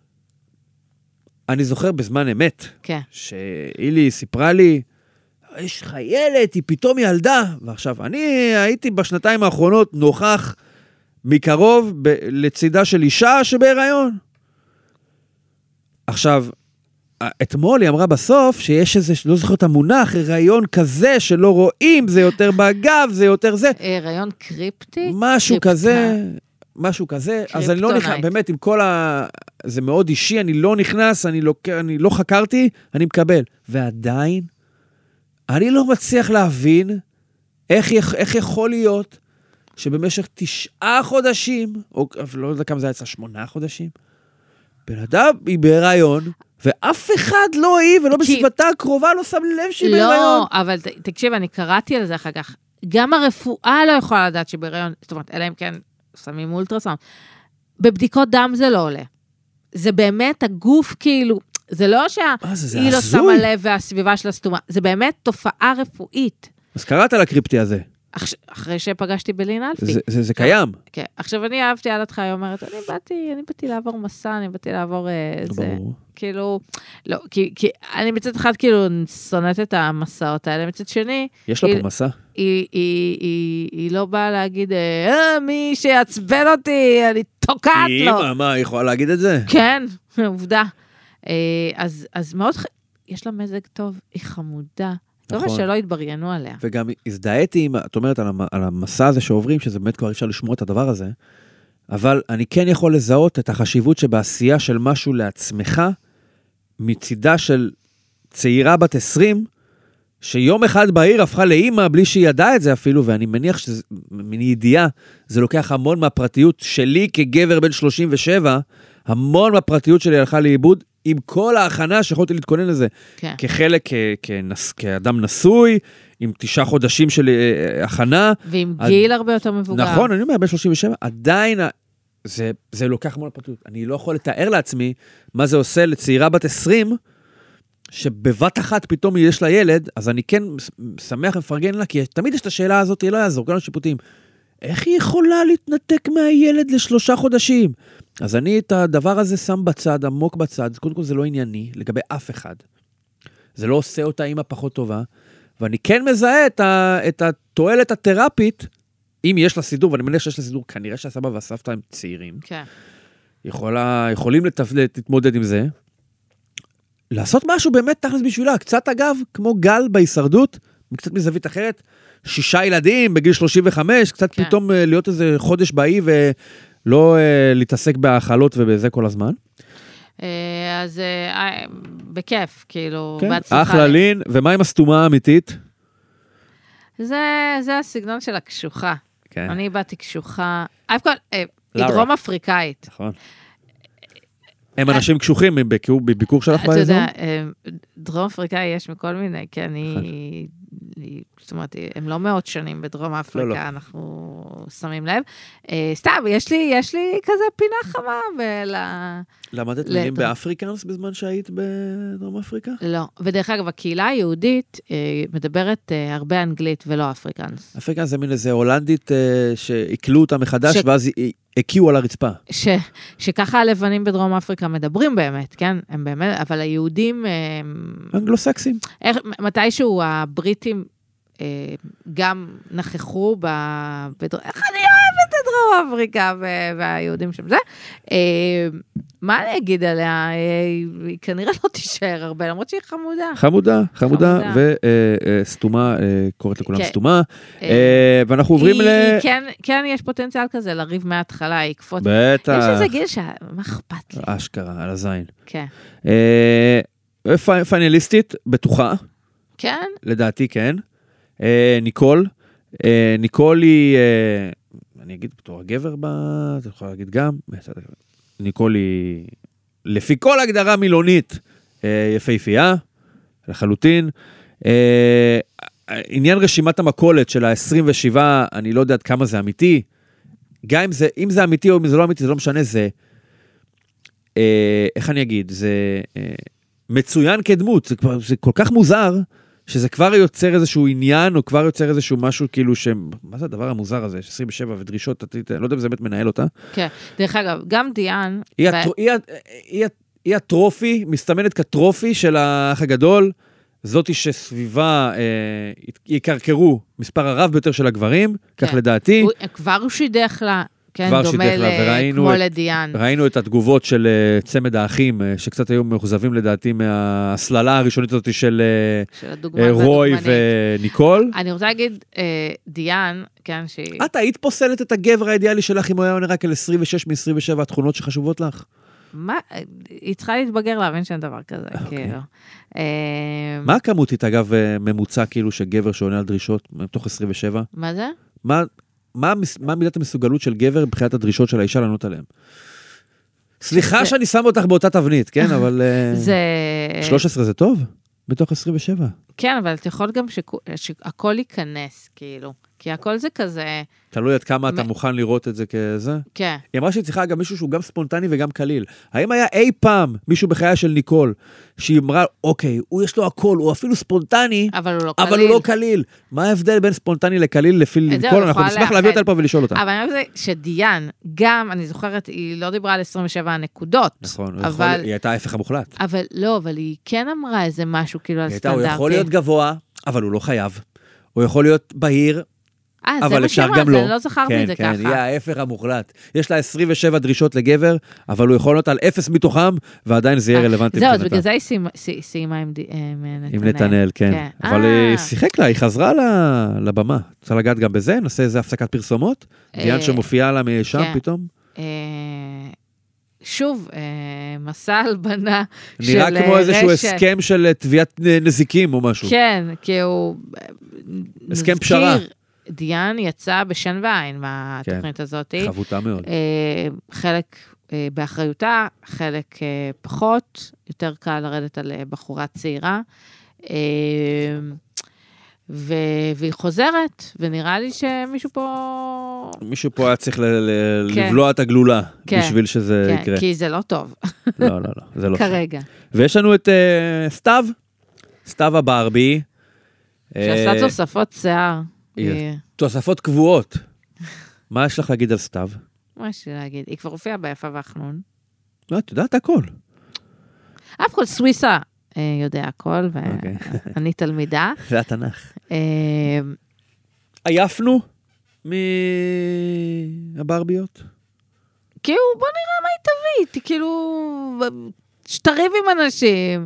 אני זוכר בזמן אמת, שאילי סיפרה לי, יש חיילת, היא פתאום ילדה, ועכשיו, אני הייתי בשנתיים האחרונות נוכח מקרוב לצידה של אישה שבהיריון. עכשיו, אתמול היא אמרה בסוף שיש איזה, לא זוכר את המונח, הריון כזה שלא רואים, זה יותר בגב, זה יותר זה. הריון קריפטי? משהו כזה, אז אני לא נכנס, באמת עם כל זה מאוד אישי, אני לא נכנס, אני לא חקרתי, אני מקבל. ועדיין, אני לא מצליח להבין איך יכול להיות שבמשך 9 חודשים, או לא יודע כמה זה היה 8 חודשים, בן אדם היא בהיריון, ואף אחד לא היא, ולא בסביבתה הקרובה, לא שם לב שהיא בהיריון. לא, אבל תקשיב, אני קראתי על זה אחר כך, גם הרפואה לא יכולה לדעת שהיא בהיריון, זאת אומרת, אלא אם כן שמים אולטרסאונד. בבדיקות דם זה לא עולה. זה באמת הגוף כאילו, זה לא שהיא לא שמה לב והסביבה של הסתומה, זה באמת תופעה רפואית. אז קראת על הקריפטי הזה. אחרי שפגשתי בלינה אלפי. זה קיים. כן, עכשיו אני אהבתי על אותך, היא אומרת, אני באתי לעבור מסע, אני באתי לעבור זה, כאילו, לא, כי אני מצד אחד כאילו שונאת את המסעות האלה, מצד שני, יש לה פה מסע? היא לא באה להגיד, מי שיעצבן אותי, אני תוקעת לו. מה, היא יכולה להגיד את זה? כן, עובדה. אז מאוד, יש לה מזג טוב, היא חמודה. נכון. לא שלא התבריינו עליה. וגם הזדהיתי, את אומרת, על המסע הזה שעוברים, שזה באמת כבר אפשר לשמוע את הדבר הזה, אבל אני כן יכול לזהות את החשיבות שבעשייה של משהו לעצמך, מצידה של צעירה בת 20, שיום אחד בעיר הפכה לאימא, בלי שהיא ידעה את זה אפילו, ואני מניח שזה, מידיעה, זה לוקח המון מהפרטיות שלי כגבר בן 37, המון מהפרטיות שלי הלכה לאיבוד, עם כל ההכנה שיכולתי להתכונן לזה, כן. כחלק, כאדם נשוי, עם 9 חודשים של הכנה. ועם גיל הרבה יותר מבוגר. נכון, אני אומר, בן 37, עדיין זה לוקח המון הפרטיות. אני לא יכול לתאר לעצמי מה זה עושה לצעירה בת 20, שבבת אחת פתאום יש לה ילד, אז אני כן שמח ומפרגן לה, כי תמיד יש את השאלה הזאת, היא לא יעזור, כל השיפוטים. איך היא יכולה להתנתק מהילד ל3 חודשים? אז אני את הדבר הזה שם בצד, עמוק בצד, קודם כל זה לא ענייני, לגבי אף אחד. זה לא עושה אותה אימא פחות טובה, ואני כן מזהה את התועלת התרפית, אם יש לה סידור, ואני מניח שיש לה סידור, כנראה שהסבא והסבתא הם צעירים. כן. יכולים להתמודד עם זה. לעשות משהו באמת תכלס בשבילה, קצת אגב, כמו גל בהישרדות, קצת מזווית אחרת, 6 ילדים בגיל 35, קצת כן. פתאום להיות איזה חודש באי, ולא להתעסק בהאכלות ובזה כל הזמן. אז בכיף, כאילו, כן, בהצלחה. אחלה לין, ומה עם הסתומה האמיתית? זה הסגנון של הקשוחה. כן. אני באתי קשוחה, אף כל, היא דרום אפריקאית. נכון. הם אנשים קשוחים בביקור שלך באזור? אתה יודע, דרום אפריקאי יש מכל מיני, כן, זאת אומרת, הם לא 100 שנים בדרום אפריקה, אנחנו שמים לב. סתם, יש לי כזה פינה חמה למדת מילים באפריקאנס בזמן שהיית בדרום אפריקה? לא, ודרך אגב, הקהילה היהודית מדברת הרבה אנגלית ולא אפריקאנס. אפריקאנס זה מין איזה הולנדית שהקלו אותה מחדש, ואז הקיעו על הרצפה. שככה הלבנים בדרום אפריקה מדברים באמת, כן? הם באמת, אבל היהודים... אנגלוסקסים. מתישהו הבריטים גם נכחו איך אני אוהבת את דרום אפריקה והיהודים שם זה. מה אני אגיד עליה? היא כנראה לא תישאר הרבה, למרות שהיא חמודה. חמודה, וסתומה, קוראת לכולם סתומה. ואנחנו עוברים כן, יש פוטנציאל כזה, לריב מההתחלה, יקפוץ. בטח. יש איזה גיל מה אכפת לי? אשכרה, על הזין. כן. פיינליסטית, בטוחה. כן? לדעתי כן. ניקול היא, אני אגיד בתור הגבר אתה יכול להגיד גם, ניקול היא, לפי כל הגדרה מילונית, יפהפייה, לחלוטין. עניין רשימת המכולת של ה-27, אני לא יודע עד כמה זה אמיתי, גם אם זה אמיתי או אם זה לא אמיתי, זה לא משנה, זה, איך אני אגיד, זה מצוין כדמות, זה כל כך מוזר, שזה כבר יוצר איזשהו עניין, או כבר יוצר איזשהו משהו כאילו מה זה הדבר המוזר הזה, 27 ודרישות, לא יודע אם זה באמת מנהל אותה. כן, דרך אגב, גם דיאן... היא הטרופי, מסתמנת כטרופי של האח הגדול, זאתי שסביבה יקרקרו מספר הרב ביותר של הגברים, כך לדעתי. כבר הוא שידך לה. כן, דומה כמו לדיאן. ראינו את התגובות של צמד האחים, שקצת היו מאוכזבים לדעתי מהסללה הראשונית הזאת של רוי וניקול. אני רוצה להגיד, דיאן, כן, שהיא... את היית פוסלת את הגבר האידיאלי שלך, אם הוא היה עונה רק על 26 מ-27 התכונות שחשובות לך? מה? היא צריכה להתבגר להבין שאין דבר כזה, כאילו. מה הכמותית, אגב, ממוצע כאילו שגבר שעונה על דרישות מתוך 27? מה זה? מה מידת המסוגלות של גבר מבחינת הדרישות של האישה לענות עליהם? סליחה שאני שם אותך באותה תבנית, כן? אבל 13 זה טוב? בתוך 27. כן, אבל אתה יכול גם שהכל ייכנס, כאילו. כי הכל זה כזה... תלוי עד כמה אתה מוכן לראות את זה כזה? כן. היא אמרה שהיא צריכה גם מישהו שהוא גם ספונטני וגם קליל. האם היה אי פעם מישהו בחייה של ניקול, שהיא אמרה, אוקיי, הוא יש לו הכל, הוא אפילו ספונטני, אבל הוא לא קליל. מה ההבדל בין ספונטני לקליל לפי ניקול? אנחנו נשמח להביא אותה לפה ולשאול אותה. אבל אני חושבת שדיאן, גם, אני זוכרת, היא לא דיברה על 27 נקודות. נכון, היא הייתה ההפך המוחלט. אבל לא, אבל היא כן אמרה איזה משהו כאילו על סטנדרטי. הוא יכול להיות גבוה, אבל הוא לא חייב. הוא יכול להיות בהיר, אבל אפשר גם לא. אני לא זכרתי את זה ככה. כן, יהיה ההפך המוחלט. יש לה 27 דרישות לגבר, אבל הוא יכול להיות על 0 מתוכם, ועדיין זה יהיה רלוונטי. זהו, אז בגלל זה היא סיימה עם נתנאל, כן. אבל היא שיחק לה, היא חזרה לבמה. רוצה לגעת גם בזה? נעשה איזה הפסקת פרסומות? דיאן שמופיעה לה משם פתאום? שוב, מסע הלבנה של רשת. נראה כמו איזשהו הסכם של תביעת נזיקים או משהו. כן, כי הוא... הסכם פשרה. דיאן יצא בשן ועין מהתוכנית הזאת. חבותה מאוד. חלק באחריותה, חלק פחות, יותר קל לרדת על בחורה צעירה. והיא חוזרת, ונראה לי שמישהו פה... מישהו פה היה צריך לבלוע את הגלולה, בשביל שזה יקרה. כי זה לא טוב. לא, זה לא טוב. כרגע. ויש לנו את סתיו הברבי. שעשה תוספות שיער. תוספות קבועות. מה יש לך להגיד על סתיו? מה יש לי להגיד? היא כבר הופיעה ביפה והחנון. לא, את יודעת הכל. אף כל סוויסה יודע הכל, ואני תלמידה. זה התנ"ך. עייפנו מהברביות? כאילו, בוא נראה מה היא תביא. כאילו, שתריב עם אנשים,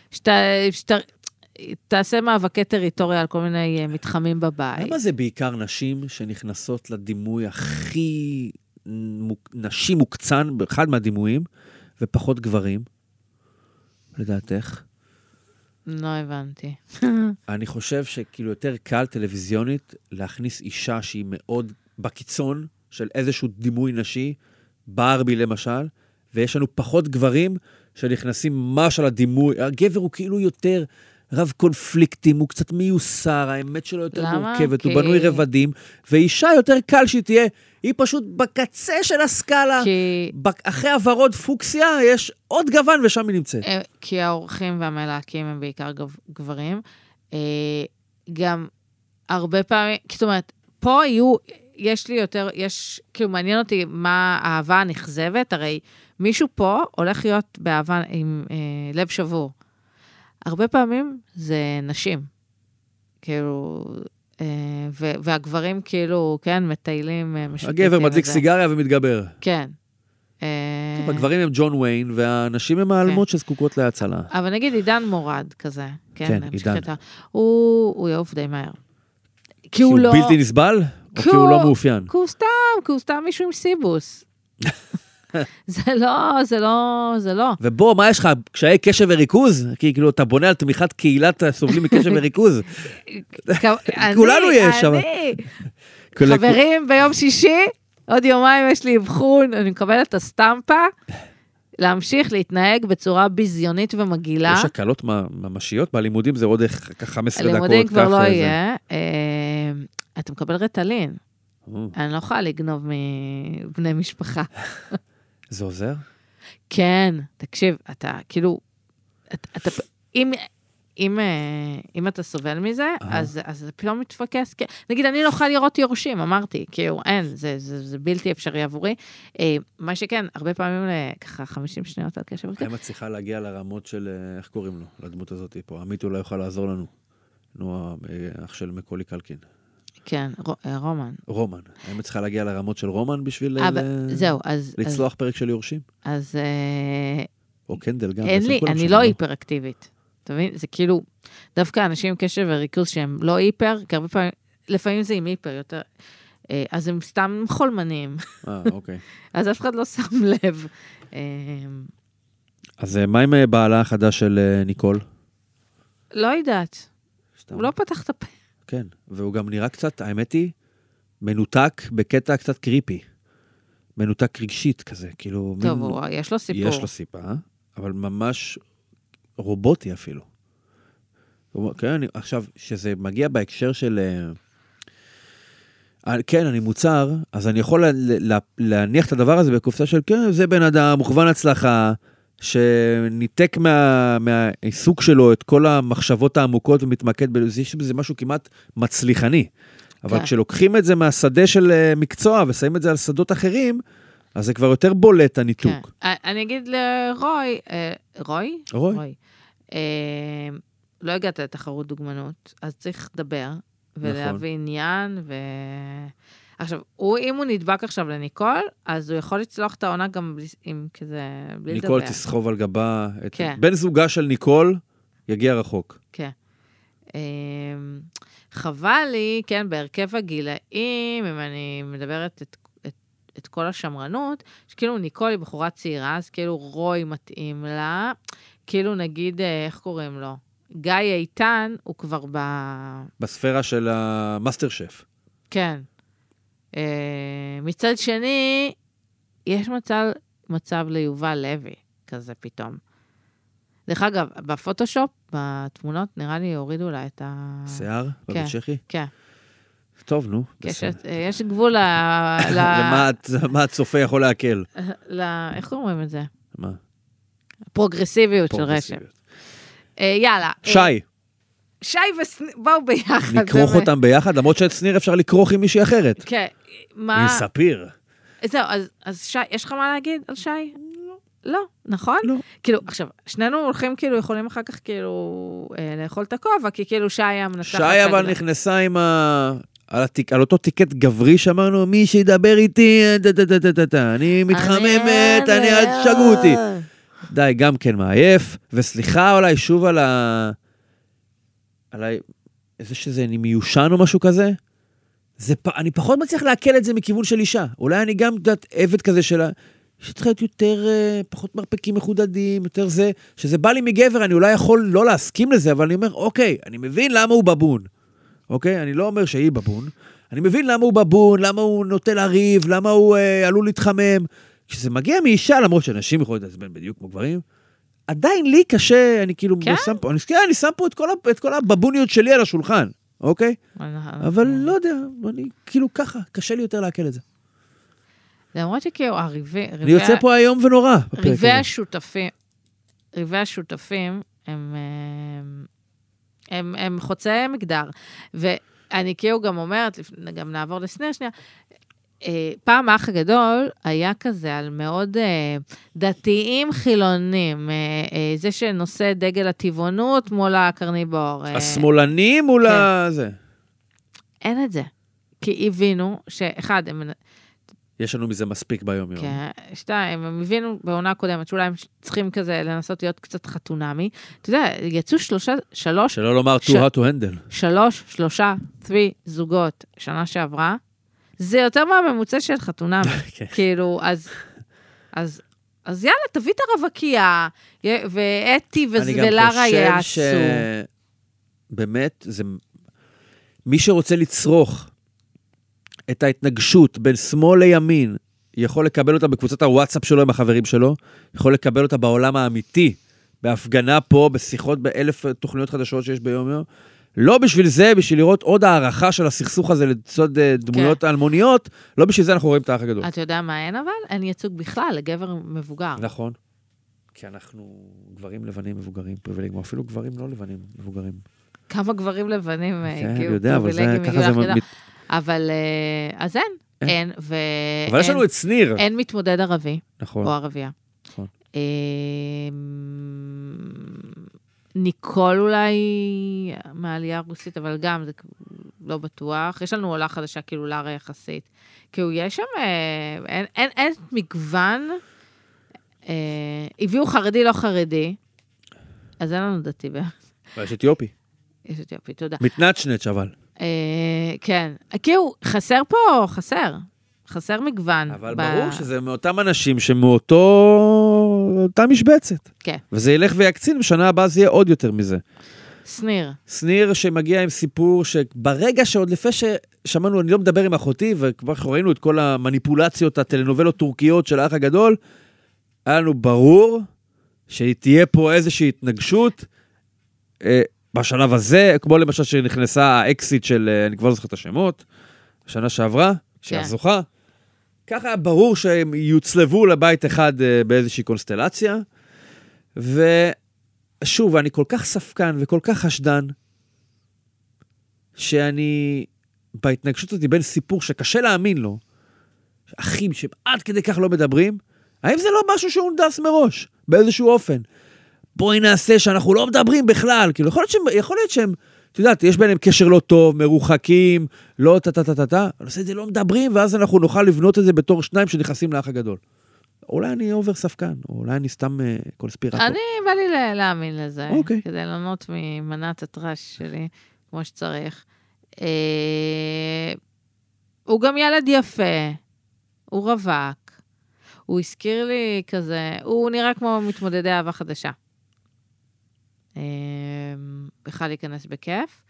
תעשה מאבקי טריטוריה על כל מיני מתחמים בבית. למה זה בעיקר נשים שנכנסות לדימוי הכי נשי מוקצן, באחד מהדימויים, ופחות גברים? לדעתך? לא הבנתי. אני חושב שכאילו יותר קל טלוויזיונית להכניס אישה שהיא מאוד בקיצון של איזשהו דימוי נשי, ברבי למשל, ויש לנו פחות גברים שנכנסים ממש על הדימוי. הגבר הוא כאילו יותר רב קונפליקטים, הוא קצת מיוסר, האמת שלו יותר מורכבת, הוא בנוי רבדים, ואישה יותר קל שהיא תהיה, היא פשוט בקצה של הסקאלה, אחרי הוורוד פוקסיה, יש עוד גוון ושם היא נמצאת. כי האורחים והמלהקים הם בעיקר גברים, גם הרבה פעמים, זאת אומרת, פה יש לי יותר, כאילו מעניין אותי מה האהבה הנכזבת, הרי מישהו פה הולך להיות באהבה עם לב שבור. הרבה פעמים זה נשים, כאילו, והגברים כאילו, כן, מטיילים, הגבר מדליק סיגריה ומתגבר. כן. הגברים הם ג'ון ויין, והנשים הם האלמות שזקוקות להצלה. אבל נגיד עידן מורד כזה, כן, עידן. הוא יעוף די מהר. כי הוא בלתי נסבל? או כי הוא לא מאופיין? כי הוא סתם מישהו עם סיבוס. זה לא. ובוא, מה יש לך? קשיי קשב וריכוז? כי כאילו, אתה בונה על תמיכת קהילת הסובלים מקשב וריכוז. כולנו יש. חברים, ביום שישי, עוד יומיים יש לי אבחון, אני מקבלת את הסטמפה, להמשיך להתנהג בצורה ביזיונית ומגילה. יש הקלות ממשיות בלימודים, זה עוד 15 דקות. הלימודים כבר לא יהיה. אתה מקבל רטלין. אני לא יכולה לגנוב מבני משפחה. זה עוזר? כן, תקשיב, אתה כאילו, אם אתה סובל מזה, אז זה פתאום מתפקס. נגיד, אני לא יכולה לראות יורשים, אמרתי, כאילו, אין, זה בלתי אפשרי עבורי. מה שכן, הרבה פעמים ככה 50 שניות על קשב. האם את צריכה להגיע לרמות של, איך קוראים לו, לדמות הזאת פה? עמית אולי יוכל לעזור לנו. נו, אח של מקולי קלקין. כן, רומן. האם את צריכה להגיע לרמות של רומן בשביל זהו, אז לצלוח פרק של יורשים? אז או קנדל גם. אני לא היפראקטיבית. אתה מבין? זה כאילו, דווקא אנשים עם קשב וריכוז שהם לא היפר, כי הרבה פעמים, לפעמים זה עם היפר יותר, אז הם סתם חולמנים. אוקיי. אז אף אחד לא שם לב. אז מה עם בעלה החדש של ניקול? לא יודעת. הוא לא פתח את הפה. כן, והוא גם נראה קצת, האמת היא, מנותק בקטע קצת קריפי. מנותק רגשית כזה, כאילו... טוב, יש לו סיפור. יש לו סיפה, אבל ממש רובוטי אפילו. כן, עכשיו, שזה מגיע בהקשר של... כן, אני מוצר, אז אני יכול להניח את הדבר הזה בקופסה של, כן, זה בן אדם, מוכוון הצלחה, שניתק מהעיסוק שלו את כל המחשבות העמוקות ומתמקד בזה, יש בזה משהו כמעט מצליחני. אבל כשלוקחים את זה מהשדה של מקצוע ושמים את זה על שדות אחרים, אז זה כבר יותר בולט הניתוק. אני אגיד לרוי, רוי? לא הגעת לתחרות דוגמנות, אז צריך לדבר ולהביא עניין עכשיו, אם הוא נדבק עכשיו לניקול, אז הוא יכול לצלוח את העונה גם עם כזה, בלי לדבר. ניקול תסחוב על גבה, בן זוגה של ניקול יגיע רחוק. כן. חבל לי, כן, בהרכב הגילאים, אם אני מדברת את כל השמרנות, שכאילו ניקול היא בחורה צעירה, אז כאילו רוי מתאים לה, כאילו נגיד, איך קוראים לו? גיא איתן, הוא כבר בספירה של המאסטר שף. כן. מצד שני, יש מצב ליובל לוי, כזה פתאום. דרך אגב, בפוטושופ, בתמונות, נראה לי הורידו לה את שיער? בבית שחי? כן. טוב, נו. יש גבול מה הצופה יכול להקל? איך אומרים את זה? מה? פרוגרסיביות של רשם. יאללה. שי ושניר, בואו ביחד. נכרוך אותם ביחד, למרות שאת שניר אפשר לכרוך עם מישהי אחרת. כן. עם ספיר. זהו, אז שי, יש לך מה להגיד על שי? לא, נכון? לא. כאילו, עכשיו, שנינו הולכים כאילו, יכולים אחר כך כאילו לאכול את הכובע, כי כאילו שי המנצחת. שי אבל נכנסה עם על אותו טיקט גברי שאמרנו, מי שידבר איתי, אני מתחממת, אני שגעו אותי. די, גם כן מעייף, וסליחה אולי שוב על איזה שזה, אני מיושן או משהו כזה, אני פחות מצליח להקל את זה מכיוון של אישה. אולי אני גם עבד כזה שלה, שצריך להיות יותר, פחות מרפקים מחודדים, יותר זה, שזה בא לי מגבר, אני אולי יכול לא להסכים לזה, אבל אני אומר, אוקיי, אני מבין למה הוא בבון. אוקיי? אני לא אומר שהיא בבון. אני מבין למה הוא בבון, למה הוא נוטה לריב, למה הוא עלול להתחמם. כשזה מגיע מאישה, למרות שאנשים יכולים להתעצבן בדיוק כמו גברים, עדיין לי קשה, אני כאילו שם פה, אני שם פה את כל הבבוניות שלי על השולחן, אוקיי? אבל לא יודע, אני כאילו ככה, קשה לי יותר להקל את זה. למרות שכאילו, אני יוצא פה היום ונורא. ריבי השותפים הם חוצי מגדר, ואני כאילו גם אומרת, גם נעבור לסנר שנייה, פעם האח הגדול היה כזה על מאוד דתיים חילונים, זה שנושא דגל הטבעונות מול הקרניבור. השמאלנים מול זה. אין את זה, כי הבינו שאחד, יש לנו מזה מספיק ביום יום. כן, שתיים, הם הבינו בעונה קודמת, שאולי הם צריכים כזה לנסות להיות קצת חתונמי. אתה יודע, יצאו שלוש... שלא לומר too hard to handle. 3 זוגות שנה שעברה, זה יותר מהממוצע של חתונמי. כאילו, אז יאללה, תביא את הרווקייה, ואתי ולרה יעשו. אני גם חושב שבאמת, מי שרוצה לצרוך את ההתנגשות בין שמאל לימין, יכול לקבל אותה בקבוצת הוואטסאפ שלו עם החברים שלו, יכול לקבל אותה בעולם האמיתי, בהפגנה פה, בשיחות ב1,000 תוכניות חדשות שיש ביום יום, לא בשביל זה, בשביל לראות עוד הערכה של הסכסוך הזה לצוד דמויות אלמוניות, לא בשביל זה אנחנו רואים את האח הגדול. אתה יודע מה אין אבל? אין ייצוג בכלל לגבר מבוגר. נכון. כי אנחנו גברים לבנים מבוגרים, פריבילגים, או אפילו גברים לא לבנים מבוגרים. כמה גברים לבנים הגיעו פריבילגים, ככה זה... אבל, אז אין, אבל יש לנו את שניר. אין מתמודד ערבי, נכון. או ערבייה. נכון. ניקול אולי מהעלייה הרוסית, אבל גם זה לא בטוח. יש לנו עולה חדשה, כאילו לרה יחסית. כאילו יש שם, אין מגוון, הביאו חרדי לא חרדי, אז אין לנו דתי. ויש אתיופי. יש אתיופי, תודה. מתנצ'נץ' אבל. כן, כאילו חסר פה, חסר מגוון. אבל ברור שזה מאותם אנשים אותה משבצת. כן. וזה ילך ויקצין, בשנה הבאה זה יהיה עוד יותר מזה. שניר שמגיע עם סיפור שברגע שעוד לפני ששמענו, אני לא מדבר עם אחותי, וכבר ראינו את כל המניפולציות, הטלנובלות טורקיות של האח הגדול, היה לנו ברור שתהיה פה איזושהי התנגשות, בשלב הזה, כמו למשל שנכנסה האקסיט של, אני כבר לא זוכר את השמות, בשנה שעברה, שהזוכה, ככה היה ברור שהם יוצלבו לבית אחד באיזושהי קונסטלציה, ושוב, אני כל כך ספקן וכל כך חשדן, שאני, בהתנגשות אותי בין סיפור שקשה להאמין לו, אחים שעד כדי כך לא מדברים, האם זה לא משהו שהונדס מראש, באיזשהו אופן? בואי נעשה שאנחנו לא מדברים בכלל, כאילו יכול להיות שהם, אתה יודעת, יש ביניהם קשר לא טוב, מרוחקים, לא נעשה את זה לא מדברים, ואז אנחנו נוכל לבנות את זה בתור שניים שנכנסים לאח הגדול. אולי אני אובר ספקן, או אולי אני סתם קונספירטור. אני בא לי להאמין לזה, כדי לענות ממנת הטרש שלי, כמו שצריך. הוא גם ילד יפה, הוא רווק, הוא הזכיר לי כזה, הוא נראה כמו מתמודדי אהבה חדשה. בכלל להיכנס בכיף.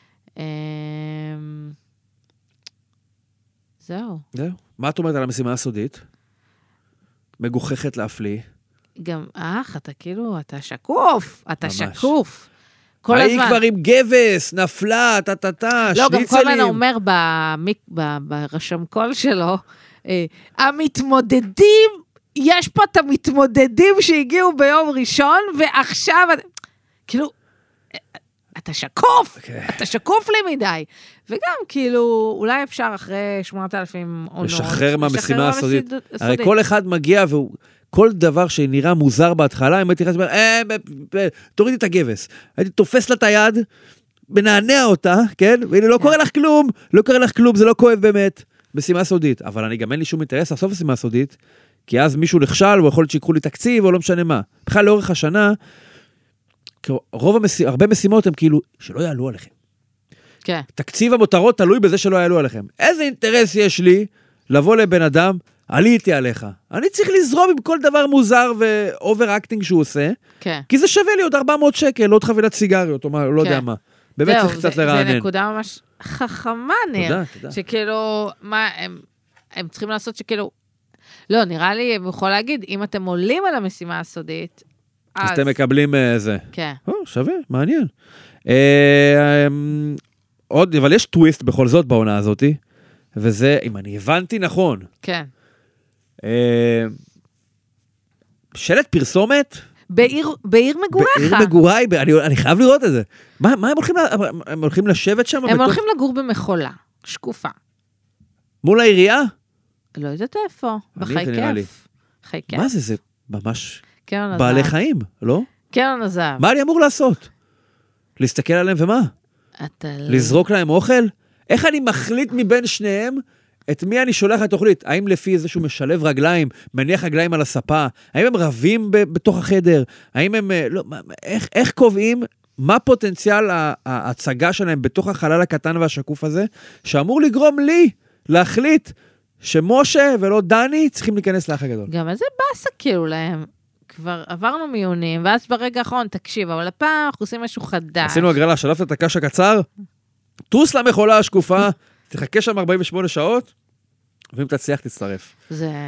זהו. מה את אומרת על המשימה הסודית? מגוחכת להפליא. גם, אתה כאילו, אתה שקוף. אתה שקוף. כל הזמן. היא כבר עם גבס, נפלה, שניצלים. לא, גם כל הזמן אומר ברשם קול שלו, המתמודדים, יש פה את המתמודדים שהגיעו ביום ראשון, ועכשיו, כאילו, אתה שקוף, אתה שקוף לי מדי. וגם, כאילו, אולי אפשר אחרי 8,000 עונות. לשחרר מהמשימה הסודית. הרי כל אחד מגיע והוא, כל דבר שנראה מוזר בהתחלה, אם הייתי נכנס, תורידי את הגבס. הייתי תופס לה את היד, מנענע אותה, כן? והנה, לא קורה לך כלום, לא קורה לך כלום, זה לא כואב באמת. משימה סודית. אבל אני גם אין לי שום אינטרס לחשוף משימה סודית, כי אז מישהו נכשל, או יכול להיות שיקחו לי תקציב, או לא משנה מה. בכלל, לאורך השנה, הרבה משימות הם כאילו, שלא יעלו עליכם. כן. תקציב המותרות תלוי בזה שלא יעלו עליכם. איזה אינטרס יש לי לבוא לבן אדם, עליתי עליך. אני צריך לזרום עם כל דבר מוזר ואובר-אקטינג שהוא עושה, כן. כי זה שווה לי עוד 400 שקל, עוד חבילת סיגריות, או מה, לא יודע מה. באמת צריך קצת לרענן. זה נקודה ממש חכמה, ניר. תודה. שכאילו, מה, הם צריכים לעשות שכאילו, לא, נראה לי, הם יכולים להגיד, אם אתם עולים על המשימה הסודית, אז אתם מקבלים זה. כן. שווה, מעניין. עוד, אבל יש טוויסט בכל זאת בעונה הזאת, וזה, אם אני הבנתי נכון. כן. שלט פרסומת? בעיר מגוריך. בעיר מגוריי, אני חייב לראות את זה. מה הם הולכים לשבת שם? הם הולכים לגור במחולה, שקופה. מול העירייה? לא יודעת איפה, בחי כיף. חי כיף. מה זה? זה ממש בעלי חיים, לא? קרן הזהב. מה אני אמור לעשות? להסתכל עליהם ומה? לזרוק להם אוכל? איך אני מחליט מבין שניהם את מי אני שולח לתוכנית? האם לפי איזשהו משלב רגליים, מניח רגליים על הספה? האם הם רבים בתוך החדר? האם הם... לא, איך קובעים מה פוטנציאל ההצגה שלהם בתוך החלל הקטן והשקוף הזה, שאמור לגרום לי להחליט שמשה ולא דני צריכים להיכנס לאח הגדול? גם איזה באסה כאילו להם. כבר עברנו מיונים, ואז ברגע האחרון, תקשיב, אבל הפעם אנחנו עושים משהו חדש. עשינו הגרלה, שלפת את הקש הקצר, טוס למחולה השקופה, תחכה שם 48 שעות, ואם תצליח תצטרף.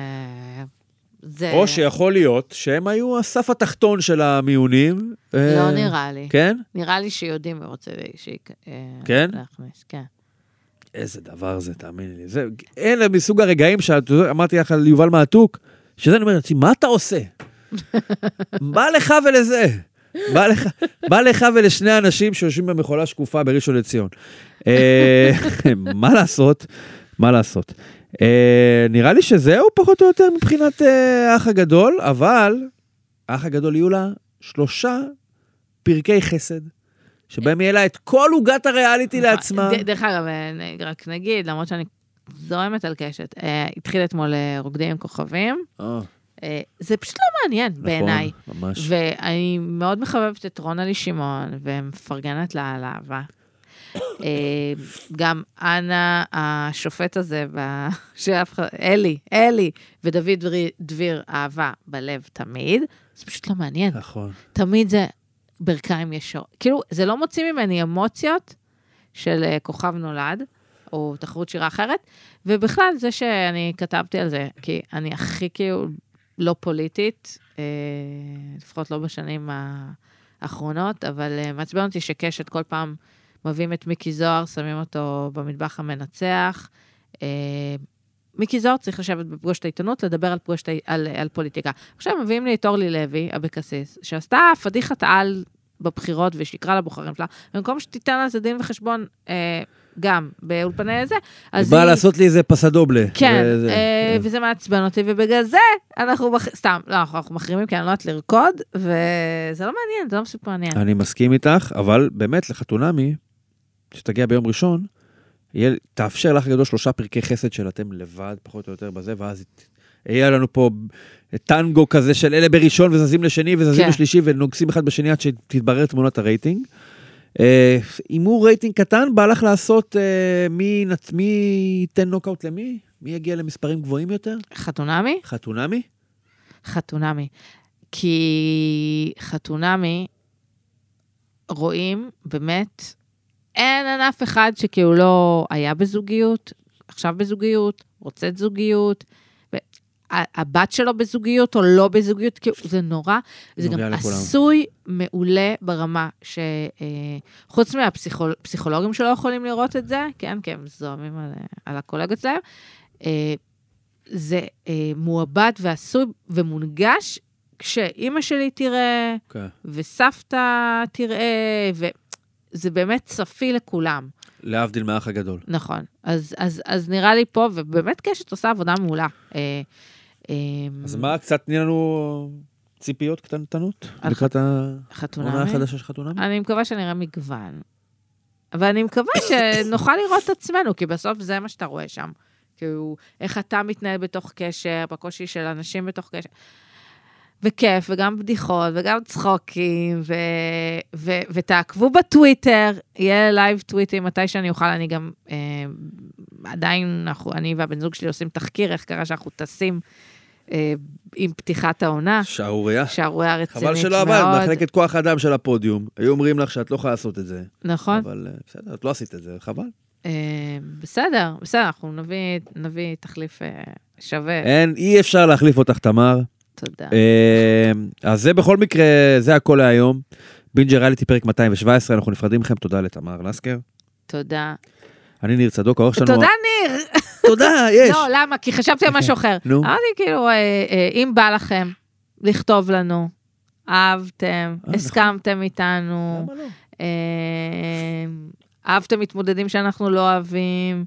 או שיכול להיות שהם היו הסף התחתון של המיונים. לא נראה לי. כן? נראה לי שיודעים ורוצה כן? להכניס, כן. איזה דבר זה, תאמיני לי. זה, אלה מסוג הרגעים שאמרתי לך על יובל מעתוק, שזה אני אומר, מה אתה עושה? בא לך ולזה. בא לך ולשני אנשים שיושבים במחולה שקופה בראשון לציון. מה לעשות? מה לעשות? נראה לי שזהו פחות או יותר מבחינת האח הגדול, אבל האח הגדול יהיו לה 3 פרקי חסד, שבהם יהיה לה את כל עוגת הריאליטי לעצמה. דרך אגב, רק נגיד, למרות שאני זורמת על קשת, התחיל אתמול רוקדים עם כוכבים, זה פשוט לא מעניין בעיניי. נכון, ממש. ואני מאוד מחבבת את רונלי שמעון, ומפרגנת לה על אהבה. גם אנה, השופט הזה, אלי, ודוד דביר, אהבה בלב תמיד, זה פשוט לא מעניין. נכון. תמיד זה ברכיים ישר. כאילו, זה לא מוציא ממני אמוציות של כוכב נולד, או תחרות שירה אחרת, ובכלל זה שאני כתבתי על זה, כי אני הכי כאילו לא פוליטית, לפחות לא בשנים האחרונות, אבל מעצבן אותי שקשת כל פעם מביאים את מיקי זוהר, שמים אותו במטבח המנצח. מיקי זוהר צריך לשבת בפגוש העיתונות, לדבר על פוליטיקה. עכשיו מביאים לי את אורלי לוי, אבקסיס, שעשתה פדיחת על בבחירות ושיקרה לבוחרים שלה, במקום שתיתן על זה דין וחשבון גם באולפני הזה. היא באה לעשות לי איזה פסדובלה. כן, וזה מעצבן אותי, ובגלל זה אנחנו, סתם, לא, אנחנו מחרימים, כי אני לא יודעת לרקוד, וזה לא מעניין, זה לא מספיק מעניין. אני מסכים איתך, אבל באמת לחתונמי, שתגיע ביום ראשון, תאפשר לך גדול 3 פרקי חסד של אתם לבד, פחות או יותר בזה, ואז יהיה לנו פה טנגו כזה של אלה בראשון, וזזים לשני, וזזים לשלישי, ונוגסים אחד בשני עד שתתברר תמונת הרייטינג. אם הוא רייטינג קטן, בא לך לעשות מי ייתן נוקאוט למי? מי יגיע למספרים גבוהים יותר? חתונמי? חתונמי? חתונמי. כי חתונמי רואים באמת, אין אף אחד שכאילו לא היה בזוגיות, עכשיו בזוגיות, רוצה זוגיות, הבת שלו בזוגיות או לא בזוגיות, כאילו זה נורא, זה גם עשוי מעולה ברמה, שחוץ מהפסיכולוגים שלא יכולים לראות את זה, כן, כי הם זוהמים על הקולגות שלהם, זה מועבד ועשוי ומונגש, כשאימא שלי תראה, וסבתא תראה, וזה באמת צפי לכולם. להבדיל מהאח הגדול. נכון. אז נראה לי פה, ובאמת קשת עושה עבודה מעולה. אז מה, קצת תני לנו ציפיות קטנטנות? לקראת העונה החדשה של חתונמי? אני מקווה שנראה מגוון. אבל אני מקווה שנוכל לראות את עצמנו, כי בסוף זה מה שאתה רואה שם. כאילו, איך אתה מתנהל בתוך קשר, בקושי של אנשים בתוך קשר. וכיף, וגם בדיחות, וגם צחוקים, ותעקבו בטוויטר, יהיה לייב טוויטים, מתי שאני אוכל, אני גם, עדיין, אני והבן זוג שלי עושים תחקיר, איך קרה שאנחנו טסים עם פתיחת העונה. שערוריה. שערוריה רצינית מאוד. חבל שלא עבד, מחלקת כוח אדם של הפודיום. היו אומרים לך שאת לא יכולה לעשות את זה. נכון. אבל בסדר, את לא עשית את זה, חבל. בסדר, אנחנו נביא תחליף שווה. אי אפשר להחליף אותך, תמר. תודה. אז זה בכל מקרה, זה הכל להיום. בינג'ר ריאליטי פרק 217, אנחנו נפרדים לכם, תודה לתמר לסקר. תודה. אני ניר צדוק, האורך שלנו... תודה ניר! תודה, יש. לא, למה? כי חשבתי על משהו אחר. נו. אמרתי כאילו, אם בא לכם לכתוב לנו, אהבתם, הסכמתם איתנו, למה לא? אהבתם מתמודדים שאנחנו לא אוהבים,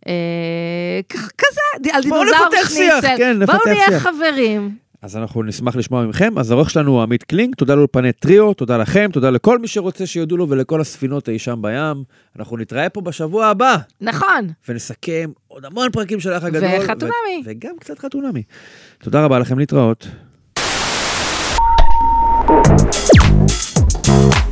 כזה, על דינוזאור שניצל. בואו נהיה חברים. אז אנחנו נשמח לשמוע ממכם. אז העורך שלנו עמית קלינג, תודה לאולפני טריו, תודה לכם, תודה לכל מי שרוצה שיודעו לו ולכל הספינות אי שם בים. אנחנו נתראה פה בשבוע הבא. נכון. ונסכם עוד המון פרקים של האח הגדול. וחתונמי. וגם קצת חתונמי. תודה רבה לכם, להתראות.